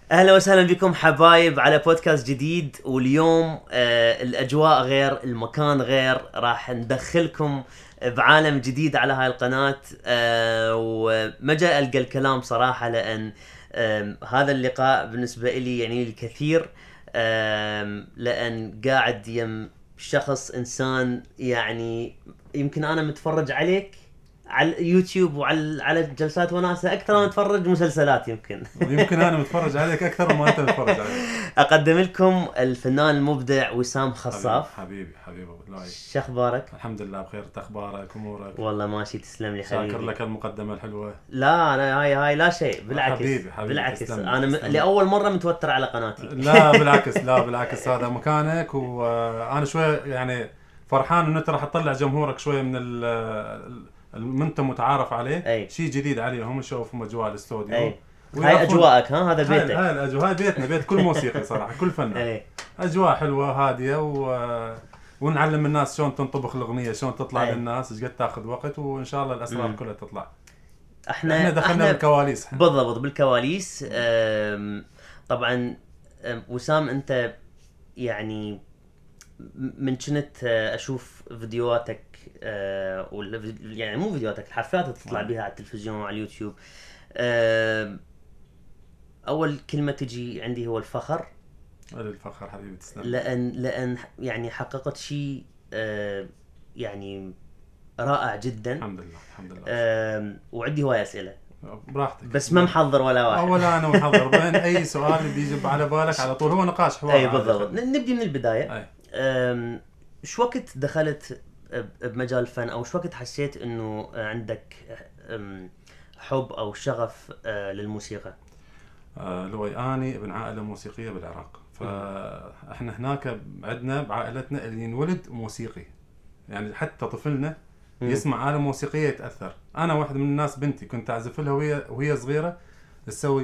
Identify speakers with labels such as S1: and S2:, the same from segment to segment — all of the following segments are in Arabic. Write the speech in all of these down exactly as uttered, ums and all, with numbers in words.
S1: اهلا وسهلا بكم حبايب على بودكاست جديد. واليوم آه الاجواء غير، المكان غير، راح ندخلكم بعالم جديد على هاي القناة. آه وما جاء القى الكلام صراحة، لان آه هذا اللقاء بالنسبة لي يعني الكثير. آه لان قاعد يم شخص انسان، يعني يمكن انا متفرج عليك على اليوتيوب وعلى على جلسات وناسة أكثر ما أتفرج مسلسلات. يمكن
S2: ويمكن أنا متفرج عليك أكثر ما أنت متفرج عليك.
S1: أقدم لكم الفنان المبدع وسام خصاف.
S2: حبيبي حبيبي أبو دلاي،
S1: شو أخبارك؟
S2: الحمد لله بخير. أخبارك أمورك؟
S1: والله ماشي، تسلم لي حبيبي.
S2: شاكر لك المقدمة الحلوة.
S1: لا أنا هاي هاي لا شيء، بالعكس
S2: حبيبي حبيبي
S1: بالعكس
S2: تسلم
S1: أنا م...
S2: تسلم.
S1: لأول مرة متوتر على قناتي.
S2: لا بالعكس لا بالعكس هذا مكانك، وأنا شوي يعني فرحان إنه أنت راح تطلع جمهورك شوي من ال من أنت متعارف عليه، شيء جديد عليهم يشوفوا أجواء الاستوديو.
S1: أي. هاي أجواءك، ها هذا بيتك.
S2: هاي الأجواء، هاي بيتنا، بيت كل موسيقي صراحة، كل فنان. أجواء حلوة هادية و... ونعلم الناس شلون تنطبخ الأغنية، شلون تطلع أي. للناس، ايش قد تاخذ وقت، وإن شاء الله الأسرار مم. كلها تطلع. احنا احنا دخلنا احنا بالكواليس.
S1: بالضبط بالكواليس. طبعا وسام انت يعني من كنت اشوف فيديوهاتك، يعني مو فيديوهاتك، الحفلات اللي تطلع بها على التلفزيون وعلى اليوتيوب، اول كلمة تجي عندي هو الفخر.
S2: الفخر حبيبي تسلم.
S1: لان لان يعني حققت شيء يعني رائع جدا.
S2: الحمد لله الحمد لله.
S1: وعندي هواي اسئله
S2: براحتك،
S1: بس ما محضر ولا واحد.
S2: ولا انا محضر. بين اي سؤال بيجي على بالك على طول، هو نقاش حوار.
S1: اي بالضبط. نبدي من البدايه. شو وقت دخلت بمجال الفن، او شو وقت حسيت انه عندك حب او شغف للموسيقى؟
S2: آه لوي اني ابن عائله موسيقيه بالعراق، فاحنا هناك عندنا بعائلتنا اللي ينولد موسيقي، يعني حتى طفلنا يسمع آلة موسيقية يتأثر. أنا واحد من الناس، بنتي كنت أعزف لها وهي وهي صغيرة تسوي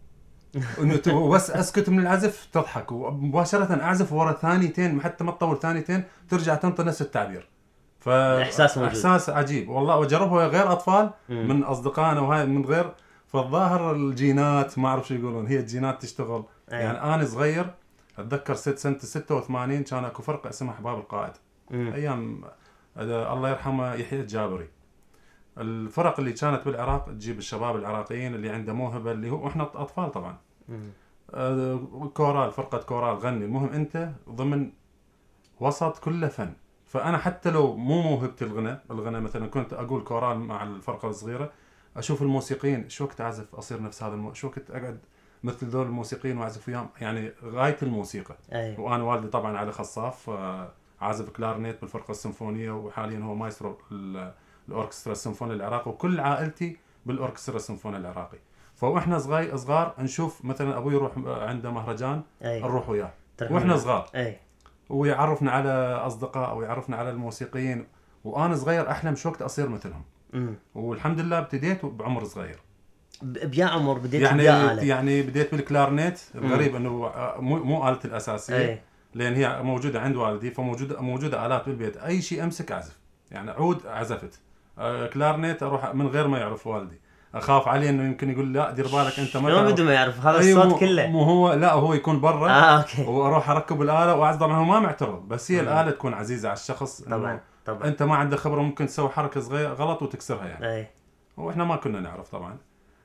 S2: إنه بس أسكت من العزف تضحك، ومباشرة أعزف ورا ثانيتين حتى ما تطول ثانيتين ترجع تنطي نفس التعبير.
S1: فإحساس موجود،
S2: إحساس عجيب والله. وجربه غير أطفال مم. من أصدقائنا وهاي من غير، فالظاهر الجينات ما أعرف شو يقولون، هي الجينات تشتغل. أيه. يعني أنا صغير أتذكر ست سنة ستة وثمانين كان أكو فرقة اسمها أحباب القائد. مم. أيام الله يرحمه يحيى الجابري. الفرق اللي كانت بالعراق تجيب الشباب العراقيين اللي عنده موهبة، اللي هو احنا اطفال طبعا. آه كورال، فرقة كورال غني، المهم انت ضمن وسط كله فن. فانا حتى لو مو موهبتي الغنى الغنى مثلا كنت اقول كورال مع الفرقة الصغيرة، اشوف الموسيقيين شو وقت اعزف اصير نفس هذا المو... شو وقت اقعد مثل ذول الموسيقيين واعزف وياهم، يعني غاية الموسيقى.
S1: أيه.
S2: وانا والدي طبعا علي خصاف، آه عازف كلارنيت بالفرقة السيمفونية، وحاليا هو مايسترو الأوركسترا السيمفوني العراقي، وكل عائلتي بالأوركسترا السيمفوني العراقي. فوإحنا صغير صغار نشوف مثلا أبوي يروح عنده مهرجان، أي. نروح وياه وإحنا صغار، أي. ويعرفنا على أصدقاء ويعرفنا على الموسيقيين، وأنا صغير أحلم شو وقت أصير مثلهم. م. والحمد لله ابتديت بعمر صغير.
S1: بيا عمر بديت
S2: يعني
S1: بيا
S2: آلة. يعني بديت بالكلارنيت. الغريب إنه مو مو آلتي الأساسية. أي. لأن هي موجودة عند والدي، فموجودة موجودة آلات بالبيت، أي شيء أمسك أعزف. يعني عود عزفت، آه كلارنيت أروح من غير ما يعرف والدي، أخاف عليه إنه يمكن يقول لا دير بالك أنت ما
S1: تعرف. بده ما يعرف هذا الصوت
S2: مو
S1: كله.
S2: مو هو لا هو يكون برا.
S1: آه أوكي.
S2: وأروح أركب الآلة وأعزف، طبعا هو ما معترض، بس هي م. الآلة تكون عزيزة على الشخص.
S1: طبعا طبعا.
S2: أنت ما عندك خبرة، ممكن تسوي حركة صغيرة غلط وتكسرها يعني.
S1: أي.
S2: وإحنا ما كنا نعرف طبعا.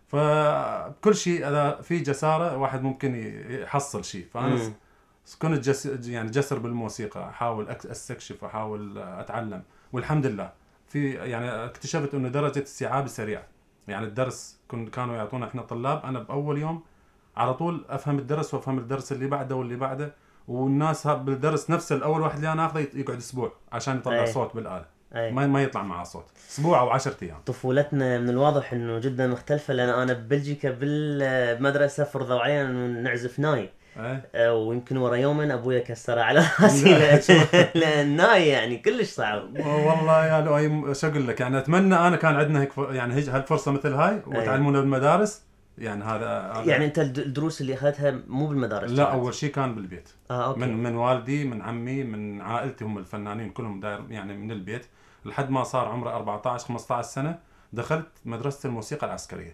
S2: فكل شيء إذا في جسارة واحد ممكن يحصل شيء. فأنا م. كنت جس يعني جسر بالموسيقى، احاول استكشف، احاول اتعلم، والحمد لله في يعني اكتشفت انه درجه استيعابي سريع. يعني الدرس كن كانوا يعطونا احنا طلاب، انا باول يوم على طول افهم الدرس وافهم الدرس اللي بعده واللي بعده، والناس بالدرس نفس الاول واحد اللي انا اخذه يقعد اسبوع عشان يطلع أي. صوت بالاله. أي. ما ما يطلع معه صوت اسبوع او عشرة ايام.
S1: طفولتنا من الواضح انه جدا مختلفه، لان انا ببلجيكا بالمدرسه فرضوا علينا انه نعزف ناي. أه؟ ويمكن ورا يومين ابويا كسر على راسي لان ناي يعني كلش صعب.
S2: والله يا لؤي شو اقول لك، يعني اتمنى انا كان عندنا هيك يعني هيك هالفرصه مثل هاي وتعلمونا بالمدارس. يعني هذا
S1: يعني انت الدروس اللي اخذتها مو بالمدارس؟
S2: لا اول شيء كان بالبيت.
S1: آه، أوكي.
S2: من من والدي، من عمي، من عائلتي، هم الفنانين كلهم داير يعني من البيت، لحد ما صار عمره أربعة عشر خمسة عشر سنه دخلت مدرسه الموسيقى العسكريه.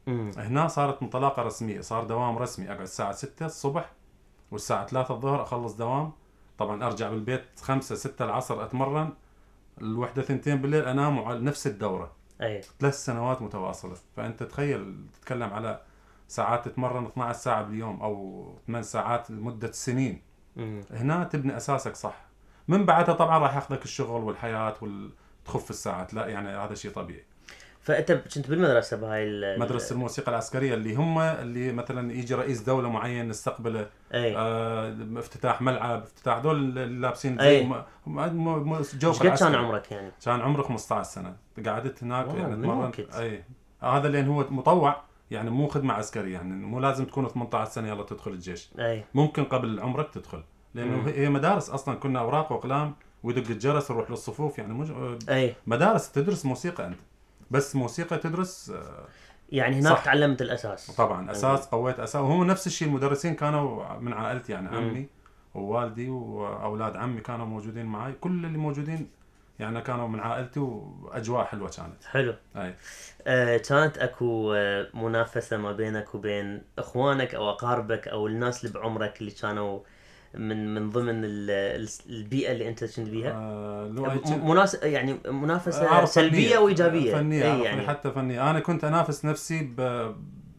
S1: مم.
S2: هنا صارت انطلاقه رسميه، صار دوام رسمي، اقعد الساعه ستة الصبح والساعه ثلاثة الظهر اخلص دوام. طبعا ارجع بالبيت خمسة ستة العصر اتمرن، الوحده ثنتين بالليل انام على نفس الدوره.
S1: اي
S2: ثلاث سنوات متواصله، فانت تخيل تتكلم على ساعات تتمرن اثنتي عشرة ساعه باليوم او ثمان ساعات لمده سنين.
S1: مم.
S2: هنا تبني اساسك صح. من بعدها طبعا راح ياخذك الشغل والحياه وتخف الساعات، لا يعني هذا شيء طبيعي.
S1: فانت كنت بالمدرسه بهاي ال-
S2: مدرسه الموسيقى العسكريه اللي هم اللي مثلا يجي رئيس دوله معين نستقبله،
S1: اي
S2: آه افتتاح ملعب، افتتاح دول اللي لابسين
S1: أي.
S2: زي م- م- م-
S1: ايش
S2: جوق
S1: قد كان
S2: العسكري.
S1: عمرك يعني؟
S2: كان عمري خمسة عشر سنه، قعدت هناك
S1: واو،
S2: يعني
S1: من
S2: تمرنت.
S1: وقت.
S2: اي هذا لان هو مطوع، يعني مو خدمه عسكريه، يعني مو لازم تكون ثمانية عشر سنه يلا تدخل الجيش،
S1: اي
S2: ممكن قبل عمرك تدخل، لانه
S1: مم.
S2: هي مدارس اصلا، كنا اوراق واقلام ويدق الجرس نروح للصفوف، يعني مج...
S1: اي
S2: مدارس تدرس موسيقى انت، بس موسيقى تدرس. آه،
S1: يعني هناك
S2: صح.
S1: تعلمت الاساس.
S2: طبعا اساس، قويت اساس. وهو نفس الشيء المدرسين كانوا من عائلتي، يعني عمي ووالدي واولاد عمي كانوا موجودين معي، كل اللي موجودين يعني كانوا من عائلتي، واجواء حلوه كانت.
S1: حلو.
S2: اي
S1: آه كانت اكو آه منافسه ما بينك وبين اخوانك او اقاربك او الناس اللي بعمرك اللي كانوا من من ضمن ال- ال- البيئه اللي انت كنت بيها؟
S2: آه لو
S1: م- مناس يعني منافسه
S2: أعرف
S1: سلبيه
S2: فنية.
S1: وايجابيه.
S2: فنيه،
S1: اي
S2: يعني
S1: يعني
S2: حتى فنيه. انا كنت انافس نفسي ب... ب-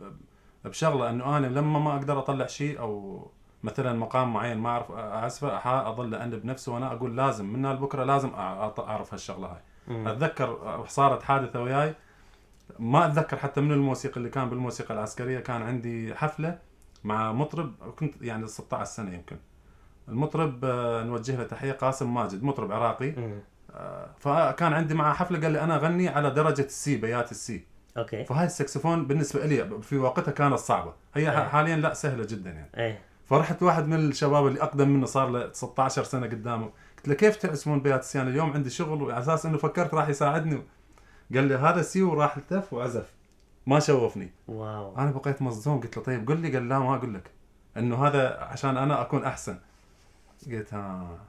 S2: بشغله، انه انا لما ما اقدر اطلع شيء او مثلا مقام معين ما اعرف اعزفه، اظل انب نفسي وانا اقول لازم من لبكره لازم أع- اعرف هالشغله هاي.
S1: مم.
S2: اتذكر صارت حادثه وياي، ما اتذكر حتى من الموسيقى اللي كان بالموسيقى العسكريه، كان عندي حفله مع مطرب، كنت يعني ستة عشر سنه يمكن. المطرب آه، نوجه له تحيه، قاسم ماجد، مطرب عراقي.
S1: مم.
S2: آه، فكان عندي معه حفله، قال لي انا اغني على درجه السي، بيات السي.
S1: اوكي.
S2: فهاي السكسفون بالنسبه لي في وقتها كانت صعبه، هي
S1: أي.
S2: حاليا لا سهله جدا يعني.
S1: اي
S2: فرحت واحد من الشباب اللي اقدم منه، صار له ستة عشر سنه قدامه، قلت له كيف تعزفون بيات السي؟ انا اليوم عندي شغل، وعلى اساس انه فكرت راح يساعدني. قال لي هذا سي، وراح التف وعزف، ما شوفني.
S1: واو.
S2: انا بقيت مصدوم، قلت له طيب قل لي. قال لا ما اقول لك، انه هذا عشان انا اكون احسن. قلت ها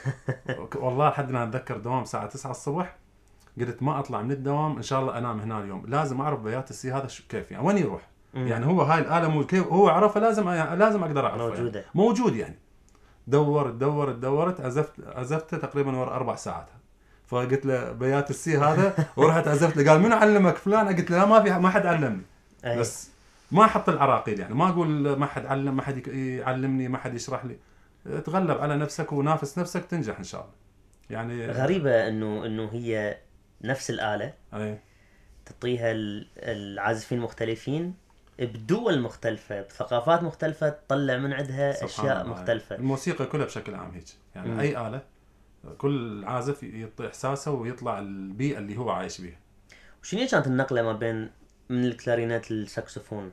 S2: والله لحد ما اتذكر دوام الساعه تسعة الصبح، قلت ما اطلع من الدوام ان شاء الله انام هنا اليوم، لازم اعرف بيات السي هذا شو كيف يعني، وين يروح.
S1: مم.
S2: يعني هو هاي الاله مو كيف هو عرفها، لازم يعني لازم اقدر اعرفها،
S1: موجودة.
S2: يعني موجود يعني. دورت دورت دورت عزفت عزفته تقريبا ورا اربع ساعات. فقلت له بيات السي هذا، ورحت عزفت له. قال منو علمك؟ فلان. قلت له لا ما في، ما حد علمني.
S1: أي.
S2: بس ما احط العراقيل، يعني ما اقول ما حد علم، ما حد يعلمني، ما حد يشرح لي. تغلب على نفسك ونافس نفسك تنجح ان شاء الله. يعني
S1: غريبه انه انه هي نفس الاله
S2: اي
S1: تعطيها ال- العازفين مختلفين بدول مختلفة بثقافات مختلفة، تطلع من عندها
S2: سبحان
S1: أشياء
S2: الله.
S1: مختلفة.
S2: الموسيقى كلها بشكل عام هيك يعني.
S1: مم.
S2: اي آلة كل عازف يعطي احساسه ويطلع البيئة اللي هو عايش بيها.
S1: وشنو كانت النقلة ما بين من الكلارينات للساكسفون؟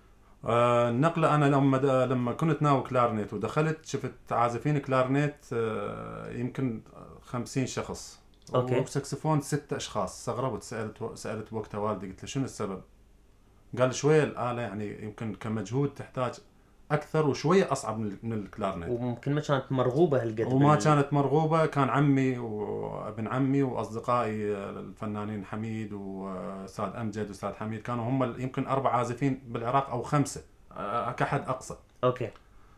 S2: آه النقلة أنا لما د... لما كنت ناوي كلارنيت ودخلت شفت عازفين كلارنيت آه يمكن خمسين شخص،
S1: أوكي.
S2: وساكسفون ستة أشخاص. استغربت، سألت سألت وقتها والدي، قلت له شنو السبب؟ قال شوية الآلة يعني يمكن كمجهود تحتاج أكثر وشوية أصعب من من الكلارنيت،
S1: وممكن ما كانت مرغوبة هالقد.
S2: وما
S1: بال-
S2: كانت مرغوبة. كان عمي وابن عمي وأصدقائي الفنانين حميد وأستاذ أمجد وأستاذ حميد كانوا هم ال- يمكن أربع عازفين بالعراق أو خمسة آه، كحد أقصى.
S1: أوكي.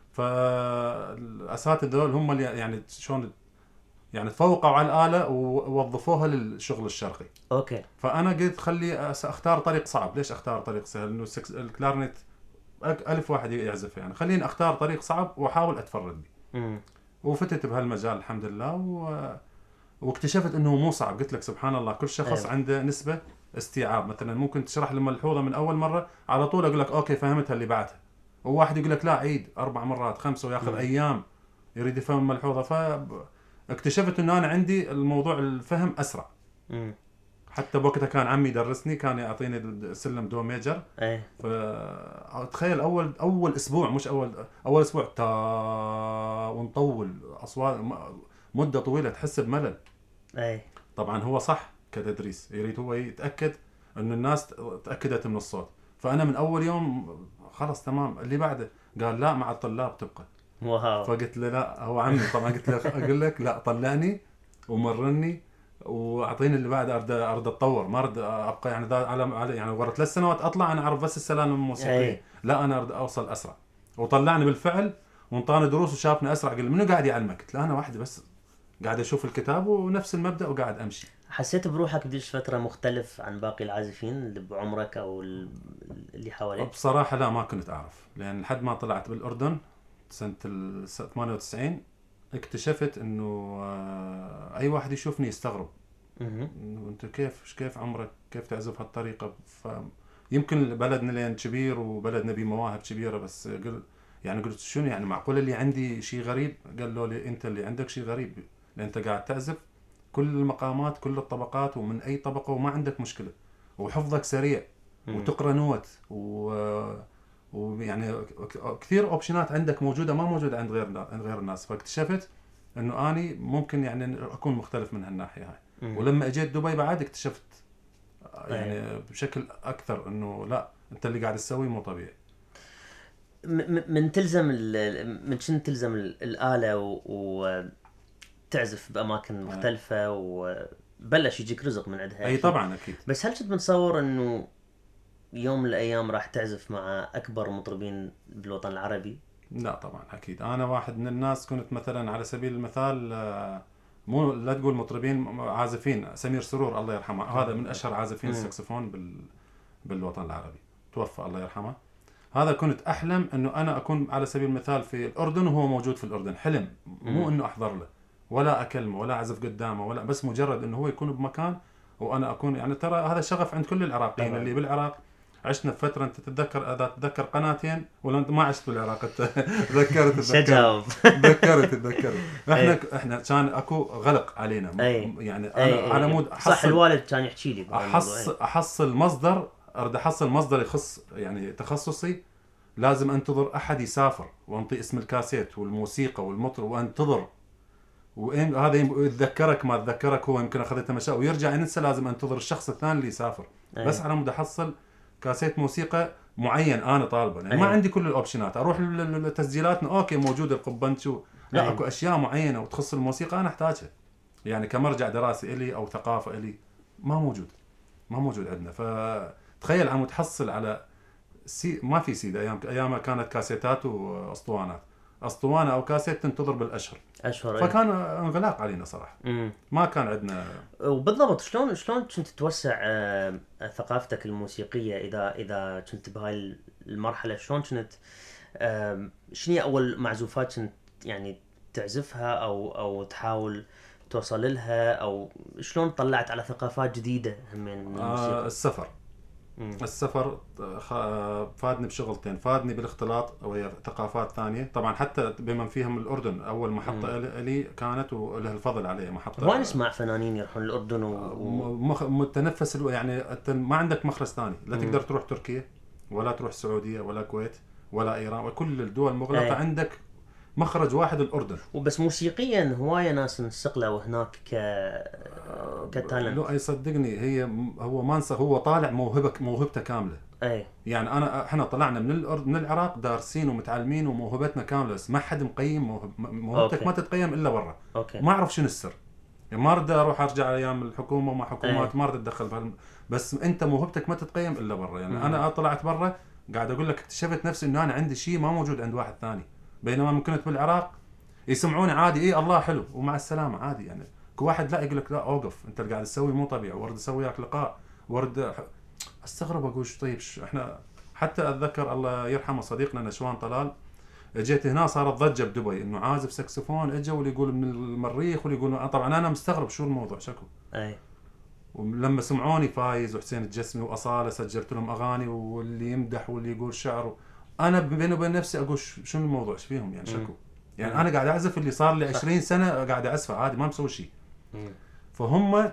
S2: فالأساتذة دول هم اللي يعني شلون يعني تفوقوا على الآلة ووظفوها للشغل الشرقي.
S1: أوكي.
S2: فأنا قلت خلي أس- أختار طريق صعب. ليش أختار طريق سهل؟ إنه السكس- الكلارنت أك- ألف واحد يعزف، يعني خليني أختار طريق صعب وأحاول أتفرد به.
S1: امم
S2: وفتت بهالمجال الحمد لله و... واكتشفت انه مو صعب. قلت لك سبحان الله كل شخص
S1: أيوة.
S2: عنده نسبة استيعاب. مثلا ممكن تشرح لي ملحوظة من اول مرة على طول اقول لك اوكي فهمتها اللي بعدها، وواحد يقول لك لا عيد اربع مرات خمسة وياخذ
S1: مم.
S2: ايام يريد يفهم الملحوظة. فاكتشفت انه انا عندي الموضوع الفهم اسرع.
S1: امم
S2: حتى بوقتها كان عمي يدرسني، كان يعطيني السلم دو ميجر.
S1: ايه
S2: فتخيل اول اول اسبوع مش اول اول اسبوع تا ونطول اصوات م- مده طويله تحس بملل.
S1: ايه
S2: طبعا هو صح كتدريس، يريد هو يتاكد انه الناس تاكدت من الصوت. فانا من اول يوم خلص تمام. اللي بعده قال لا مع الطلاب تبقى.
S1: واو.
S2: فقلت له لا، هو عمي طبعا. قلت له اقول لك لا، طلعني ومرني واعطيني اللي بعد ارد ارد اتطور، ما ارد ابقى يعني ذا على يعني ورا ثلاث سنوات اطلع انا اعرف بس السلالم الموسيقيه، لا انا ارد اوصل اسرع. وطلعني بالفعل وانطاني دروس وشافني اسرع، قال منو قاعد يعلمك؟ قلت له انا واحد بس قاعد اشوف الكتاب ونفس المبدا وقاعد امشي.
S1: حسيت بروحك بديش فتره مختلف عن باقي العازفين اللي بعمرك او اللي حواليك؟
S2: بصراحه لا، ما كنت اعرف، لان لحد ما طلعت بالاردن سنه ثمانية وتسعين اكتشفت انه اي واحد يشوفني يستغرب، انه انت كيف كيف عمرك كيف تعزف هالطريقه؟ فيمكن بلدنا لين كبير وبلدنا بمواهب كبيره، بس قل يعني قلت شنو يعني معقول اللي عندي شيء غريب؟ قال له لي انت اللي عندك شيء غريب، لان انت قاعد تعزف كل المقامات كل الطبقات ومن اي طبقه وما عندك مشكله، وحفظك سريع وتقرا نوت و ويعني كثير اوبشنات عندك موجوده ما موجوده عند غير غير الناس. فاكتشفت انه اني ممكن يعني اكون مختلف من هالناحيه هاي. ولما اجيت دبي بعد اكتشفت يعني بشكل اكثر انه لا، انت اللي قاعد تسويه مو طبيعي.
S1: من تلزم من شنو تلزم الاله وتعزف باماكن مختلفه وبلش يجيك رزق من عندها.
S2: اي طبعا اكيد.
S1: بس هل كنت متصور انه يوم من الايام راح تعزف مع اكبر مطربين بالوطن العربي؟
S2: لا طبعا اكيد. انا واحد من الناس كنت مثلا على سبيل المثال، مو لا تقول مطربين، عازفين. سمير سرور الله يرحمه، هذا من اشهر عازفين السكسفون بال بالوطن العربي، توفى الله يرحمه. هذا كنت احلم انه انا اكون على سبيل المثال في الاردن وهو موجود في الاردن، حلم، مو انه احضر له ولا اكلمه ولا اعزف قدامه ولا، بس مجرد انه هو يكون بمكان وانا اكون. يعني ترى هذا شغف عند كل العراقيين اللي بالعراق. عشنا في فتره، انت تتذكر اذا تتذكر قناتين ولا انت ما عشت بالعراق؟ تذكرت
S1: تذكرت
S2: تذكرت تذكرت احنا احنا كان اكو غلق علينا. يعني انا على مود
S1: صح، الوالد كان يحكي لي
S2: احصل احصل مصدر، اريد احصل مصدر يخص يعني تخصصي، لازم انتظر احد يسافر وانطي اسم الكاسيت والموسيقى والمطرب وانتظر، وهذا يتذكرك ما تذكرك هو يمكن اخذته مشاء ويرجع ينسى، لازم انتظر الشخص الثاني اللي يسافر. أيه. بس على مود احصل كاسيت موسيقى معين انا طالبه، يعني ما عندي كل الاوبشنات. اروح للتسجيلات اوكي موجود القبنشو، لا اكو اشياء معينه وتخص الموسيقى انا احتاجها، يعني كمرجع دراسي الي او ثقافه الي، ما موجود ما موجود عندنا. فتخيل عم تحصل على سي ما في سيد، ايام ايام كانت كاسيتات واسطوانات، اسطوانه او كاسيت تنتظر بالاشهر
S1: اشهر.
S2: فكان انغلاق علينا صراحه. مم. ما كان عندنا.
S1: وبالضبط شلون شلون كنت توسع ثقافتك الموسيقيه اذا اذا كنت بهاي المرحله؟ شلون كنت شنو اول معزوفات كنت يعني تعزفها او او تحاول توصل لها، او شلون طلعت على ثقافات جديده من الموسيقى؟
S2: آه السفر. مم. السفر فادني بشغلتين، فادني بالاختلاط ويا ثقافات ثانيه طبعا، حتى بمن فيهم الاردن اول محطه لي كانت وله الفضل عليه محطه.
S1: وين نسمع فنانين يروحون الاردن و...
S2: متنفس يعني ما عندك مخرج ثاني، لا تقدر تروح تركيا ولا تروح السعوديه ولا الكويت ولا ايران وكل الدول المغلقه. أي. عندك مخرج واحد الاردن.
S1: وبس موسيقيا هوايه ناس انسقلوا هناك ك كتالنت.
S2: لا يصدقني، هي هو ما انسى، هو طالع موهبه موهبته كامله.
S1: اي
S2: يعني انا احنا طلعنا من الارض من العراق دارسين ومتعلمين وموهبتنا كامله، بس ما حد مقيم موهب... موهبتك أوكي. ما تتقيم الا برا.
S1: أوكي.
S2: ما اعرف شنو السر، يعني ما ارد اروح ارجع ايام الحكومه وما حكومات. أي. ما ارد اتدخل بهالم... بس انت موهبتك ما تتقيم الا برا. يعني م. انا طلعت برا قاعد اقول لك اكتشفت نفسي انه انا عندي شيء ما موجود عند واحد ثاني، بينما من كنت بالعراق يسمعوني عادي، ايه الله حلو ومع السلامه عادي. يعني كل واحد لا يقول لك لا اوقف انت اللي قاعد تسوي مو طبيعي، ورد اسوي وياك لقاء، ورد استغرب اقول طيب احنا. حتى اتذكر الله يرحمه صديقنا نشوان طلال، جيت هنا صارت ضجه بدبي انه عازف سكسفون اجى واللي يقول من المريخ واللي يقول. طبعا انا مستغرب شو الموضوع شكو.
S1: اي.
S2: ولما سمعوني فايز وحسين الجسمي واصاله سجلت لهم اغاني واللي يمدح واللي يقول شعر، انا بيني وبين نفسي اقول شنو الموضوع ايش فيهم يعني شكو. يعني انا قاعد اعزف اللي صار لي عشرين سنه قاعد اعزفه عادي ما مسوي شيء. فهم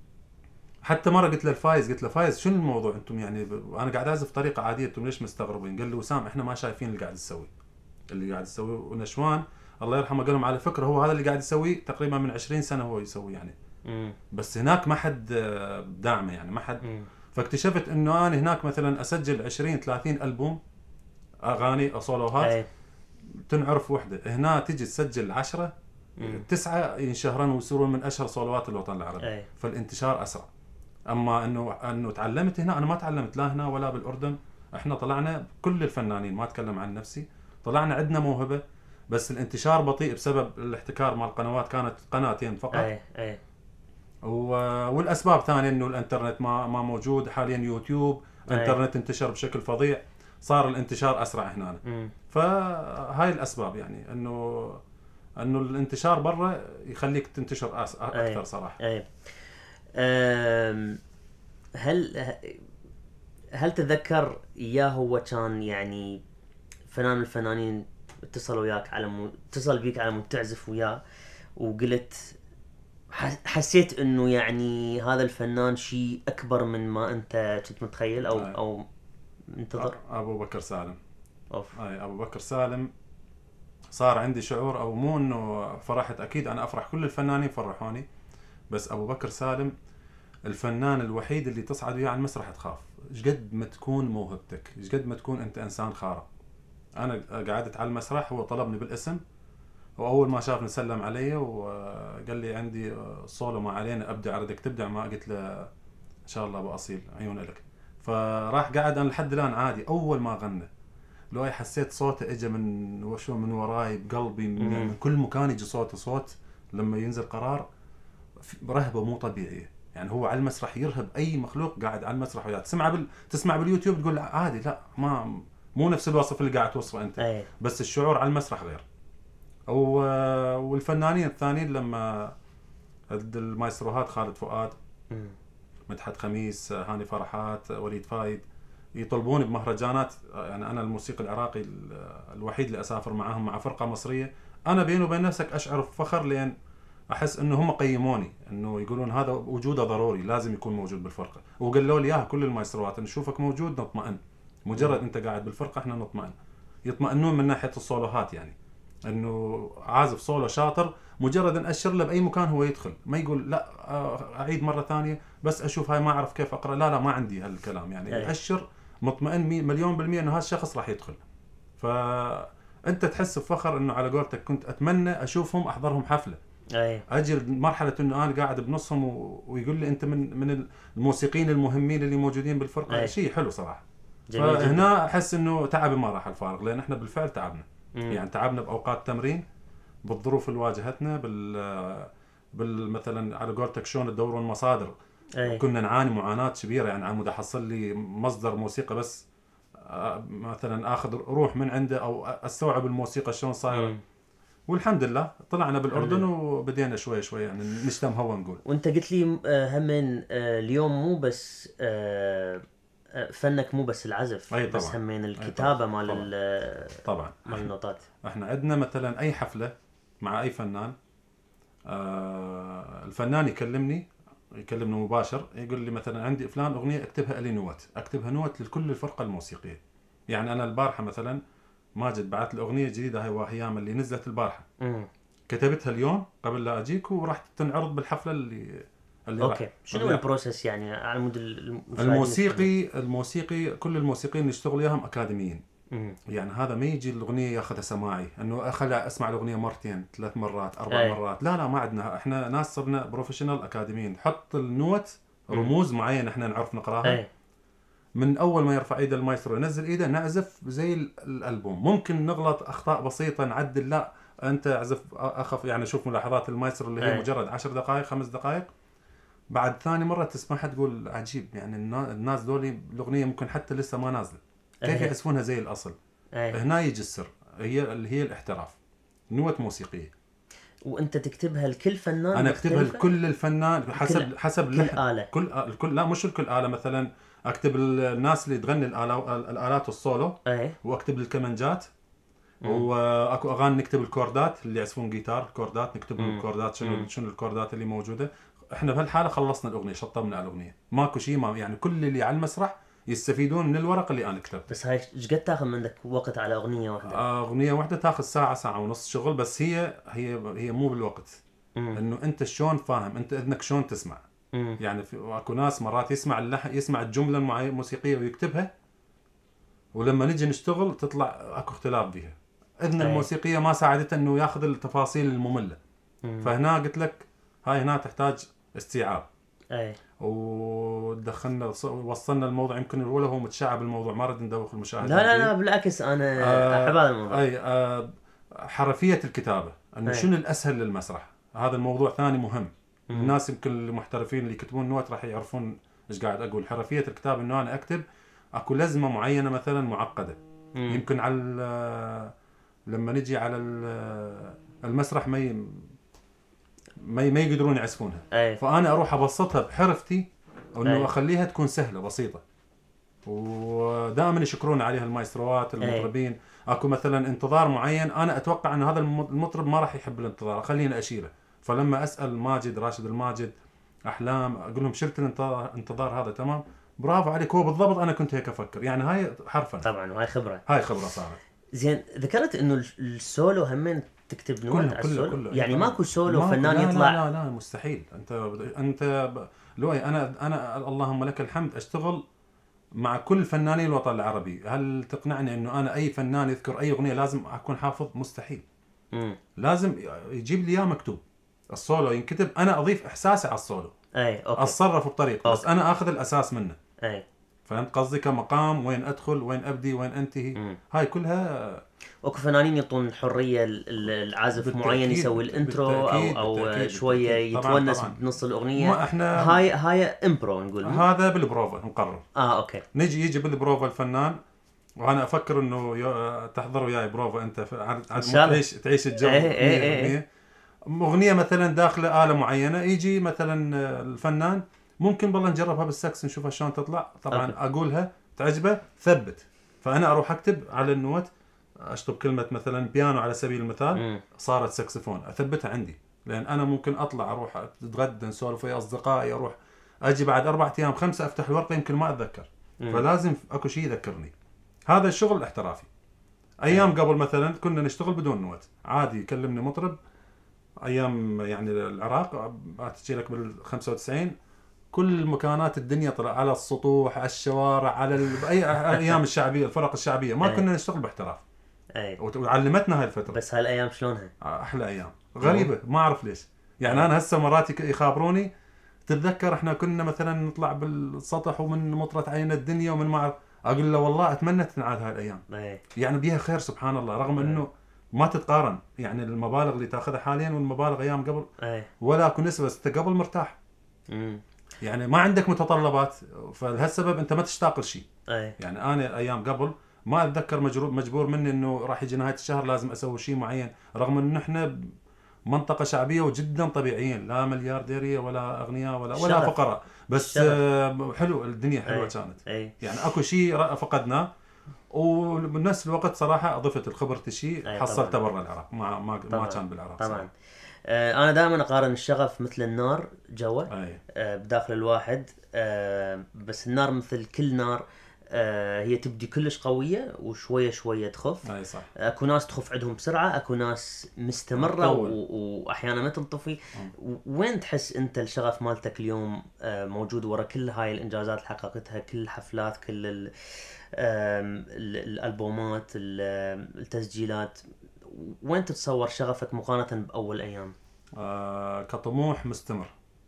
S2: حتى مره قلت له الفايز، قلت له فايز شنو الموضوع انتم يعني ب... انا قاعد اعزف بطريقه عاديه انتم ليش مستغربين؟ قال لي وسام احنا ما شايفين اللي قاعد تسوي اللي قاعد تسوي. ونشوان الله يرحمه قال لهم على فكره هو هذا اللي قاعد يسويه تقريبا من عشرين سنه هو يسوي يعني. مم. بس هناك ما حد داعمه يعني ما حد. مم. فاكتشفت انه انا هناك مثلا اسجل عشرين ثلاثين البوم اغاني اصولوهات تنعرف وحده، هنا تيجي تسجل عشرة تسعة ينشهرون ويصيرون من اشهر صولوات الوطن العربي.
S1: أي.
S2: فالانتشار اسرع. اما انه انه تعلمت هنا، انا ما تعلمت لا هنا ولا بالاردن. احنا طلعنا كل الفنانين، ما اتكلم عن نفسي، طلعنا عندنا موهبه، بس الانتشار بطيء بسبب الاحتكار مع القنوات، كانت قناتين فقط.
S1: اي اي.
S2: والاسباب ثانيه انه الانترنت ما ما موجود حاليا، يوتيوب الانترنت انتشر بشكل فظيع، صار الانتشار اسرع هنا. فهاي الاسباب يعني انه انه الانتشار برا يخليك تنتشر اكثر. أي. صراحه.
S1: اي. هل هل تذكر اياه هو كان يعني فنان من الفنانين اتصل وياك على م... اتصل بيك على مود تعزف وياه وقلت حسيت انه يعني هذا الفنان شيء اكبر من ما انت كنت متخيل او
S2: آه.
S1: او منتظر؟
S2: ابو بكر سالم.
S1: اوف.
S2: اي ابو بكر سالم صار عندي شعور، او مو انه فرحت، اكيد انا افرح، كل الفنانين فرحوني، بس ابو بكر سالم الفنان الوحيد اللي تصعد وياه على المسرح تخاف. ايش قد ما تكون موهبتك، ايش قد ما تكون انت انسان خارق. انا قعدت على المسرح، هو طلبني بالاسم، واول ما شافني سلم علي وقال لي عندي صولو ما علينا ابدع، ردك تبدع؟ ما قلت له ان شاء الله ابو اصيل عيون لك. فراح قعد، انا لحد الان عادي. اول ما غنى لو حسيت صوته اجى من وشو من وراي بقلبي، من, يعني من كل مكان يجي صوته. صوت لما ينزل قرار رهبه مو طبيعيه، يعني هو على المسرح يرهب اي مخلوق قاعد على المسرح وياه. تسمع بال... تسمع باليوتيوب تقول عادي، لا ما مو نفس الوصف اللي قاعد توصفه انت.
S1: أي.
S2: بس الشعور على المسرح غير. او والفنانين الثانيين لما المايستروهات خالد فؤاد، مدحت خميس، هاني فرحات، وليد فايد، يطلبوني بمهرجانات. يعني انا الموسيقى العراقي الوحيد اللي اسافر معاهم مع فرقه مصريه. انا بيني وبين نفسك اشعر بفخر، لان احس انه هم قيموني، انه يقولون هذا وجوده ضروري، لازم يكون موجود بالفرقه. وقالوا لي اياها كل المايستروات، نشوفك موجود نطمئن، مجرد انت قاعد بالفرقه احنا نطمئن. يطمئنون من ناحيه الصولوهات، يعني انه عازف صولو شاطر مجرد ان اشر له باي مكان هو يدخل، ما يقول لا اعيد مره ثانيه بس اشوف هاي ما اعرف كيف اقرا، لا لا ما عندي هالكلام. يعني اشر مطمئن مليون بالميه انه هذا الشخص راح يدخل. فانت تحس بفخر انه على قولتك كنت اتمنى اشوفهم، احضرهم حفله.
S1: أي.
S2: اجي مرحله انه انا قاعد بنصهم و... ويقول لي انت من من الموسيقيين المهمين اللي موجودين بالفرقه. شيء حلو صراحه. فهنا احس انه تعبي ما راح الفارغ، لان احنا بالفعل تعبنا. مم. يعني تعبنا باوقات تمرين، بالظروف اللي واجهتنا، بال بال مثلا على قولتك شلون تدورون مصادر. أي. كنا نعاني معاناه كبيره، يعني عمود احصل لي مصدر موسيقى بس مثلا اخذ روح من عنده او استوعب الموسيقى شلون صايره. والحمد لله طلعنا بالاردن وبدينا شوي شوي يعني نشتم هوا نقول.
S1: وانت قلت لي همين اليوم مو بس فنك، مو بس العزف،
S2: أي
S1: بس همين الكتابه مال
S2: طبعا, طبعاً.
S1: مال النوتات.
S2: احنا عندنا مثلا اي حفله مع اي فنان، الفنان يكلمني يكلمنا مباشر، يقول لي مثلا عندي فلان اغنيه اكتبها لي نوت، اكتبها نوت لكل الفرقه الموسيقيه. يعني انا البارحه مثلا ماجد بعث لي اغنيه جديده، هاي واهيام اللي نزلت البارحه، م. كتبتها اليوم قبل لا اجيك، وراح تنعرض بالحفله اللي اللي
S1: اوكي. شنو البروسيس يعني على مود
S2: الموسيقي؟ الموسيقي كل الموسيقيين اللي يشتغلوا وياهم اكاديميين. م. يعني هذا ما يجي الاغنيه ياخذها سماعي، انه اخلي اسمع الاغنيه مرتين ثلاث مرات اربع أي. مرات، لا لا ما عندنا. احنا ناس صرنا بروفيشنال اكاديميين، نحط النوت رموز معينه احنا نعرف نقراها. أي. من اول ما يرفع ايده المايسترو ينزل ايده نعزف زي الالبوم. ممكن نغلط اخطاء بسيطه نعدل، لا انت اعزف اخف. يعني شوف ملاحظات المايسترو اللي هي أي. مجرد عشر دقائق خمس دقائق، بعد ثاني مره تسمعها تقول عجيب، يعني الناس دول الاغنيه ممكن حتى لسه ما نازله، كيف يعزفونها زي الاصل. أي. هنا يجي السر، هي اللي هي الاحتراف، نوت موسيقيه.
S1: وانت تكتبها لكل فنان؟
S2: انا اكتبها لكل الفنان حسب
S1: كل
S2: حسب
S1: كل آلة.
S2: كل الكل لا مش الكل آلة. مثلا اكتب الناس اللي تغني الآلات السولو.
S1: أي.
S2: واكتب الكمانجات، واكو اغاني نكتب الكوردات اللي يعزفون جيتار، الكوردات نكتب الكوردات شنو مم. شنو الكوردات اللي موجوده. احنا بهالحاله خلصنا الاغنيه، شطبنا الاغنيه، ماكو شيء ما يعني كل اللي على المسرح يستفيدون من الورق اللي انا كتبته.
S1: بس هاي ايش قد تاخذ منك وقت على اغنيه واحده؟
S2: آه اغنيه واحده تاخذ ساعه ساعه ونص شغل. بس هي هي هي مو بالوقت، مم. انه انت شلون فاهم، انت اذنك شلون تسمع. مم. يعني في اكو ناس مرات يسمع اللحن، يسمع الجمله الموسيقيه ويكتبها، ولما نجي نشتغل تطلع اكو اختلاف بها. اذن الموسيقيه ما ساعدته انه ياخذ التفاصيل الممله. فهنا قلت لك هاي هنا تحتاج استيعاب.
S1: اي
S2: ودخلنا وصلنا الموضوع، يمكن الاولى هو متشعب الموضوع، ما رد ندوخ المشاهد.
S1: لا لا لا بالعكس انا
S2: آه
S1: احب هذا الموضوع.
S2: اي آه حرفيه الكتابه، انه شنو الاسهل للمسرح، هذا الموضوع ثاني مهم. مم. الناس يمكن المحترفين اللي يكتبون نوت راح يعرفون ايش قاعد اقول. حرفيه الكتاب انه انا اكتب اكو لزمه معينه مثلا معقده. مم. يمكن على لما نجي على المسرح ما ي... ما ما يقدرون يعزفونها.
S1: أي.
S2: فانا اروح ابسطها بحرفتي انه اخليها تكون سهله بسيطه، ودائما يشكرون عليها المايستروات المطربين. اكو مثلا انتظار معين انا اتوقع ان هذا المطرب ما راح يحب الانتظار، خليني اشيله. فلما اسال ماجد راشد الماجد احلام اقول لهم شلت الانتظار هذا تمام، برافو عليك، هو بالضبط انا كنت هيك افكر. يعني هاي حرفا
S1: طبعا وهاي خبره،
S2: هاي خبره صارت.
S1: زين ذكرت انه السولو همين تكتب نوت على السولو،
S2: كله
S1: يعني ماكو سولو
S2: ما
S1: فنان
S2: لا
S1: يطلع؟
S2: لا لا لا مستحيل. انت انت لوي انا انا اللهم لك الحمد اشتغل مع كل فنانين الوطن العربي. هل تقنعني انه انا اي فنان يذكر اي اغنيه لازم اكون حافظ؟ مستحيل. مم. لازم يجيب لي اياه مكتوب. السولو ينكتب، انا اضيف احساسي على السولو.
S1: اي اوكي.
S2: اتصرف بطريقه، بس انا اخذ الاساس منه.
S1: اي
S2: فهمت قصدي؟ كمقام، وين ادخل، وين ابدي، وين انتهي. مم. هاي كلها.
S1: اكو فنانين يعطون الحريه العازف معين يسوي الانترو او او بالتأكيد شويه بالتأكيد. يتونس طبعاً طبعاً. بنص الاغنيه.
S2: ما احنا
S1: هاي هاي امبرو نقول.
S2: هذا بالبروفا نقرر.
S1: اه اوكي.
S2: نجي يجي بالبروفا الفنان، وانا افكر انه تحضر وياي بروفا انت عاد تعيش تعيش الجو.
S1: ايه ايه ايه.
S2: اغنيه مثلا داخله آلة معينه، يجي مثلا الفنان ممكن والله نجربها بالسكس نشوفها شلون تطلع. طبعا أوكي. اقولها تعجبه ثبت، فانا اروح اكتب على النوت، اشطب كلمه مثلا بيانو على سبيل المثال. مم. صارت سكسفون، اثبتها عندي، لان انا ممكن اطلع اروح اتغدى نسولف ويا اصدقائي، اروح اجي بعد اربع ايام خمسه افتح الورقه يمكن ما اتذكر. مم. فلازم اكو شيء يذكرني. هذا الشغل الاحترافي. ايام قبل مثلا كنا نشتغل بدون نوت عادي، يكلمني مطرب ايام يعني العراق تجي لك بال خمسة وتسعين، كل مكانات الدنيا طلع على السطوح، على الشوارع، على ال... اي ايام الشعبيه، الفرق الشعبيه ما كنا نشتغل باحتراف. اي وعلمتنا هاي الفتره.
S1: بس هالايام شلونها؟
S2: احلى ايام، غريبه ما اعرف ليش. يعني انا هسه مرات يخابروني، تتذكر احنا كنا مثلا نطلع بالسطح ومن مطرت علينا الدنيا ومن ما اعرف، اقول له والله اتمنى تنعاد هاي الايام. أي. يعني بيها خير سبحان الله، رغم أي. انه ما تتقارن يعني المبالغ اللي تاخذها حاليا والمبالغ ايام قبل. أي. ولا اكو نسبه، بس انت قبل مرتاح. امم يعني ما عندك متطلبات، فلهالسبب انت ما تشتاق لشيء. يعني انا ايام قبل ما اتذكر مجبور مجبور مني انه راح يجي نهايه الشهر لازم اسوي شيء معين، رغم انه احنا منطقه شعبيه وجدا طبيعيين، لا مليارديريه ولا اغنياء ولا ولا فقراء، بس آه حلو الدنيا حلوه. أي. كانت أي. يعني اكو شيء فقدناه، وبنفس الوقت صراحه اضفت الخبره شيء حصلته برا العراق، ما ما ما كان بالعراق طبعا صراحة.
S1: آه انا دائما اقارن الشغف مثل النار جوا آه بداخل الواحد، آه بس النار مثل كل نار، آه هي تبدي كلش قويه وشويه شويه تخف.
S2: اي صح.
S1: اكو ناس تخف عندهم بسرعه، اكو ناس مستمره و... واحيانا ما تنطفي. وين تحس انت الشغف مالتك اليوم آه موجود ورا كل هاي الانجازات اللي حققتها، كل الحفلات، كل ال... الالبومات، التسجيلات؟ وين تتصور شغفك مقارنه باول ايام؟
S2: آه كطموح مستمر.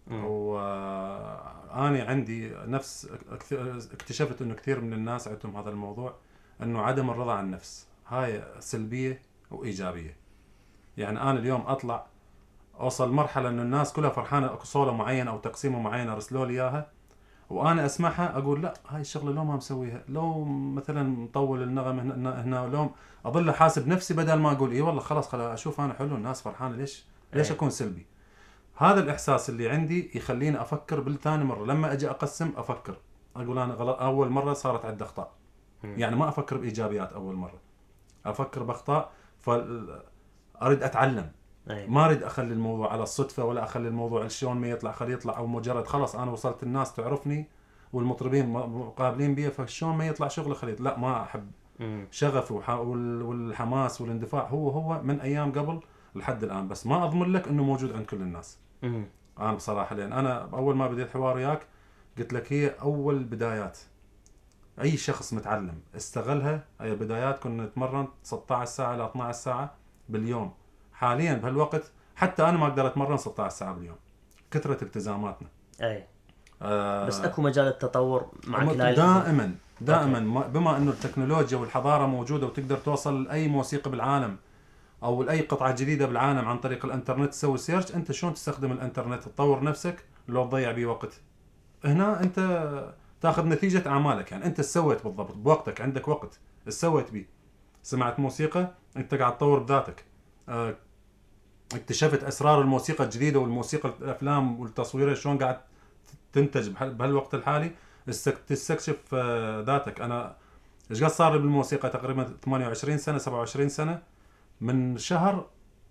S2: وأنا عندي نفس اكتشفت انه كثير من الناس عندهم هذا الموضوع، انه عدم الرضا عن النفس، هاي سلبيه وايجابيه. يعني انا اليوم اطلع اوصل مرحله انه الناس كلها فرحانه اكو صوله معين او تقسيمه معينه ارسلوا لي اياها، وانا اسمعها اقول لا هاي الشغله لو ما مسويها، لو مثلا مطول النغم هنا, هنا لو اظل حاسب نفسي بدل ما اقول اي والله خلاص خلاص اشوف انا حلو الناس فرحانه، ليش ليش اكون سلبي؟ هذا الاحساس اللي عندي يخليني افكر بالثاني مره، لما اجي اقسم افكر اقول انا غلط، اول مره صارت عندي اخطاء، يعني ما افكر بايجابيات اول مره، افكر باخطاء، فاريد اتعلم. أي. ما اريد اخلي الموضوع على الصدفه، ولا اخلي الموضوع شلون ما يطلع خليه يطلع، او مجرد خلاص انا وصلت الناس تعرفني والمطربين مقابلين بي فشلون ما يطلع شغله خليه. لا ما احب. شغفي والحماس والاندفاع هو هو من ايام قبل لحد الان، بس ما اضمن لك انه موجود عند كل الناس. مم. انا بصراحه لان انا اول ما بديت الحوار وياك قلت لك هي اول بدايات اي شخص متعلم استغلها. هي بدايات كنا نتمرن ستة عشر ساعه ل اثنعش ساعه باليوم، حاليا بهالوقت حتى انا ما اقدر اتمرن ستة عشر ساعه باليوم، كثره التزاماتنا.
S1: اي
S2: آه
S1: بس اكو مجال التطور مع كل هاي
S2: دائما دائما ما بما انه التكنولوجيا والحضاره موجوده وتقدر توصل لاي موسيقى بالعالم او لاي قطعه جديده بالعالم عن طريق الانترنت، تسوي سيرش. انت شلون تستخدم الانترنت تطور نفسك لو تضيع بيه وقت؟ هنا انت تاخذ نتيجه اعمالك. يعني انت سويت بالضبط بوقتك، عندك وقت سويت بيه، سمعت موسيقى انت قاعد تطور بذاتك، اه اكتشفت اسرار الموسيقى الجديده والموسيقى الافلام والتصوير شلون قاعد تنتج بهالوقت الحالي، تستكشف ذاتك. انا ايش قد صار لي بالموسيقى؟ تقريبا ثمانية وعشرين سنه سبعة وعشرين سنه. من شهر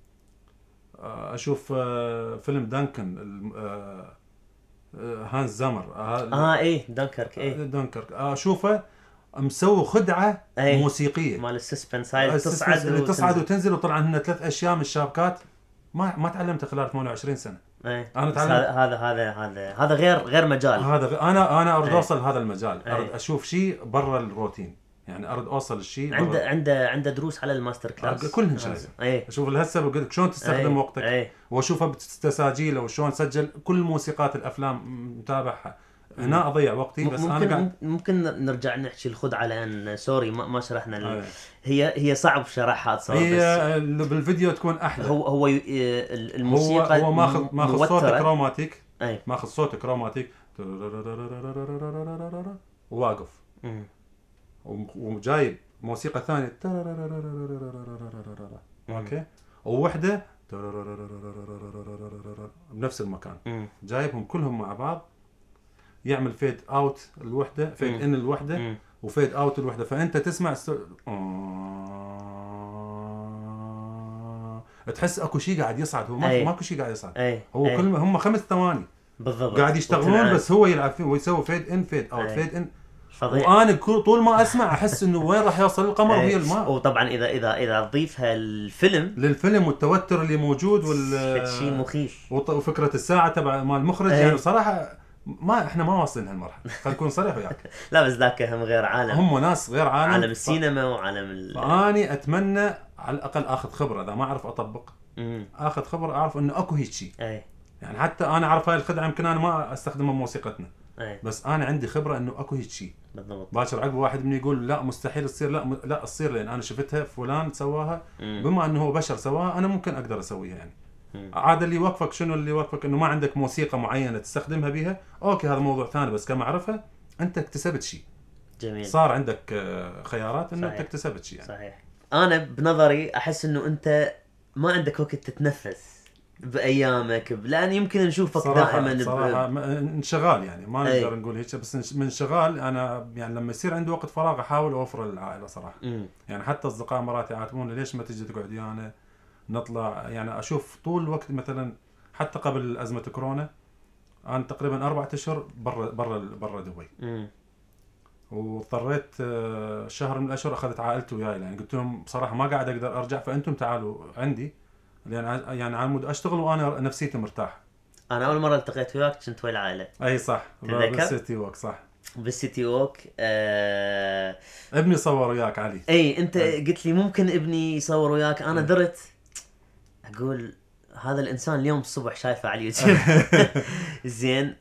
S2: اشوف فيلم دانكن هانز زامر
S1: اه ايه دانكرك ايه
S2: دانكرك اشوفه مسوي خدعه
S1: أيه.
S2: موسيقيه
S1: مال السسبنس هاي تصعد
S2: اللي تصعد وتنزل، وطلع هن ثلاث اشياء من الشابكات ما ما تعلمتها خلال ثمانية وعشرين سنه.
S1: ايه. انا تعلمت هذا هذا هذا هذا غير غير مجال.
S2: هذا انا انا اريد اوصل لهذا المجال، اريد اشوف شيء برا الروتين، يعني اريد اوصل الشيء.
S1: عنده عنده عنده دروس على الماستر كلاس
S2: كلهم شايف.
S1: ايه.
S2: اشوف الهسه بقول لك شلون تستخدم
S1: أيه.
S2: وقتك.
S1: أيه.
S2: واشوفها بتسجيله وشلون سجل كل موسيقات الافلام متابعها. هنا اضيع وقتي. بس
S1: ممكن
S2: انا قاعد
S1: ممكن نرجع نحكي الخدعه، لان سوري ما, ما شرحنا ال... هي هي صعب شرحها تصور.
S2: هي بس بالفيديو تكون احلى.
S1: هو هو الموسيقى
S2: هو, هو ماخذ ماخذ صوت كروماتيك.
S1: أيه.
S2: ماخذ صوت كروماتيك وواقف وجايب موسيقى ثانيه اوكي ووحده بنفس المكان، جايبهم كلهم مع بعض، يعمل فيد اوت الوحده، فيد ان الوحده، وفيد اوت الوحده. فانت تسمع س... تحس اكو شيء قاعد يصعد. هو ما ماكو شيء قاعد يصعد.
S1: أي.
S2: هو
S1: أي.
S2: كل هم خمس ثواني
S1: بالضبط
S2: قاعد يشتغلون، بس هو يلعب فيه ويسوي فيد ان فيد اوت فيد ان. وانا طول ما اسمع احس انه وين راح يوصل القمر وهي الماء.
S1: وطبعا اذا اذا اذا تضيفها الفيلم
S2: للفيلم والتوتر اللي موجود وال
S1: شيء مخيف،
S2: وفكره الساعه تبع مال المخرج. يعني صراحه ما احنا ما واصلين هالمرحله، خلينا نكون صريح وياك.
S1: لا بس ذاك هم غير عالم،
S2: هم ناس غير عالم،
S1: عالم السينما وعالم ال...
S2: فاني اتمنى على الاقل اخذ خبره. اذا ما اعرف اطبق
S1: مم.
S2: اخذ خبره، اعرف انه اكو هيك شيء.
S1: اي.
S2: يعني حتى انا اعرف هاي الخدعه يمكن انا ما استخدمها بموسيقتنا.
S1: أي.
S2: بس انا عندي خبره انه اكو هيك شيء.
S1: بالضبط.
S2: باكر عقب واحد مني يقول لا مستحيل تصير، لا م... لا تصير، لان انا شفتها فلان سواها. مم. بما انه هو بشر سواها انا ممكن اقدر اسويها. يعني مم. عاد اللي يوقفك شنو اللي يوقفك؟ انه ما عندك موسيقى معينه تستخدمها بها. اوكي هذا موضوع ثاني، بس كمعرفه انت اكتسبت شيء.
S1: جميل.
S2: صار عندك خيارات انه انت اكتسبت شيء. يعني
S1: صحيح. انا بنظري احس انه انت ما عندك وقت تتنفس بايامك، لان يمكن نشوفك
S2: صراحة
S1: دائما
S2: صراحه ب... انشغال. يعني ما نقدر نقول هيك، بس من شغال انا يعني لما يصير عندي وقت فراغ احاول اوفره للعائله صراحه. م. يعني حتى اصدقاء مراتي يعاتبوني ليش ما تجي تقعد ويانا نطلع. يعني اشوف طول الوقت مثلا حتى قبل ازمه كورونا انا تقريبا اربعة اشهر برا برا برا دبي. م. واضطريت شهر من الاشهر اخذت عائلتي وياي، يعني قلت لهم بصراحه ما قاعد اقدر ارجع، فانتم تعالوا عندي، لان يعني على مود اشتغل وانا نفسيتي مرتاح.
S1: انا اول مره التقيت وياك كنت ويا العائله.
S2: اي صح، بالسيتي ووك. صح
S1: بالسيتي ووك. آه...
S2: ابني صور وياك علي.
S1: اي انت أي. قلت لي ممكن ابني يصور وياك. انا درت اقول هذا الانسان اليوم الصبح شايفه على اليوتيوب. زين.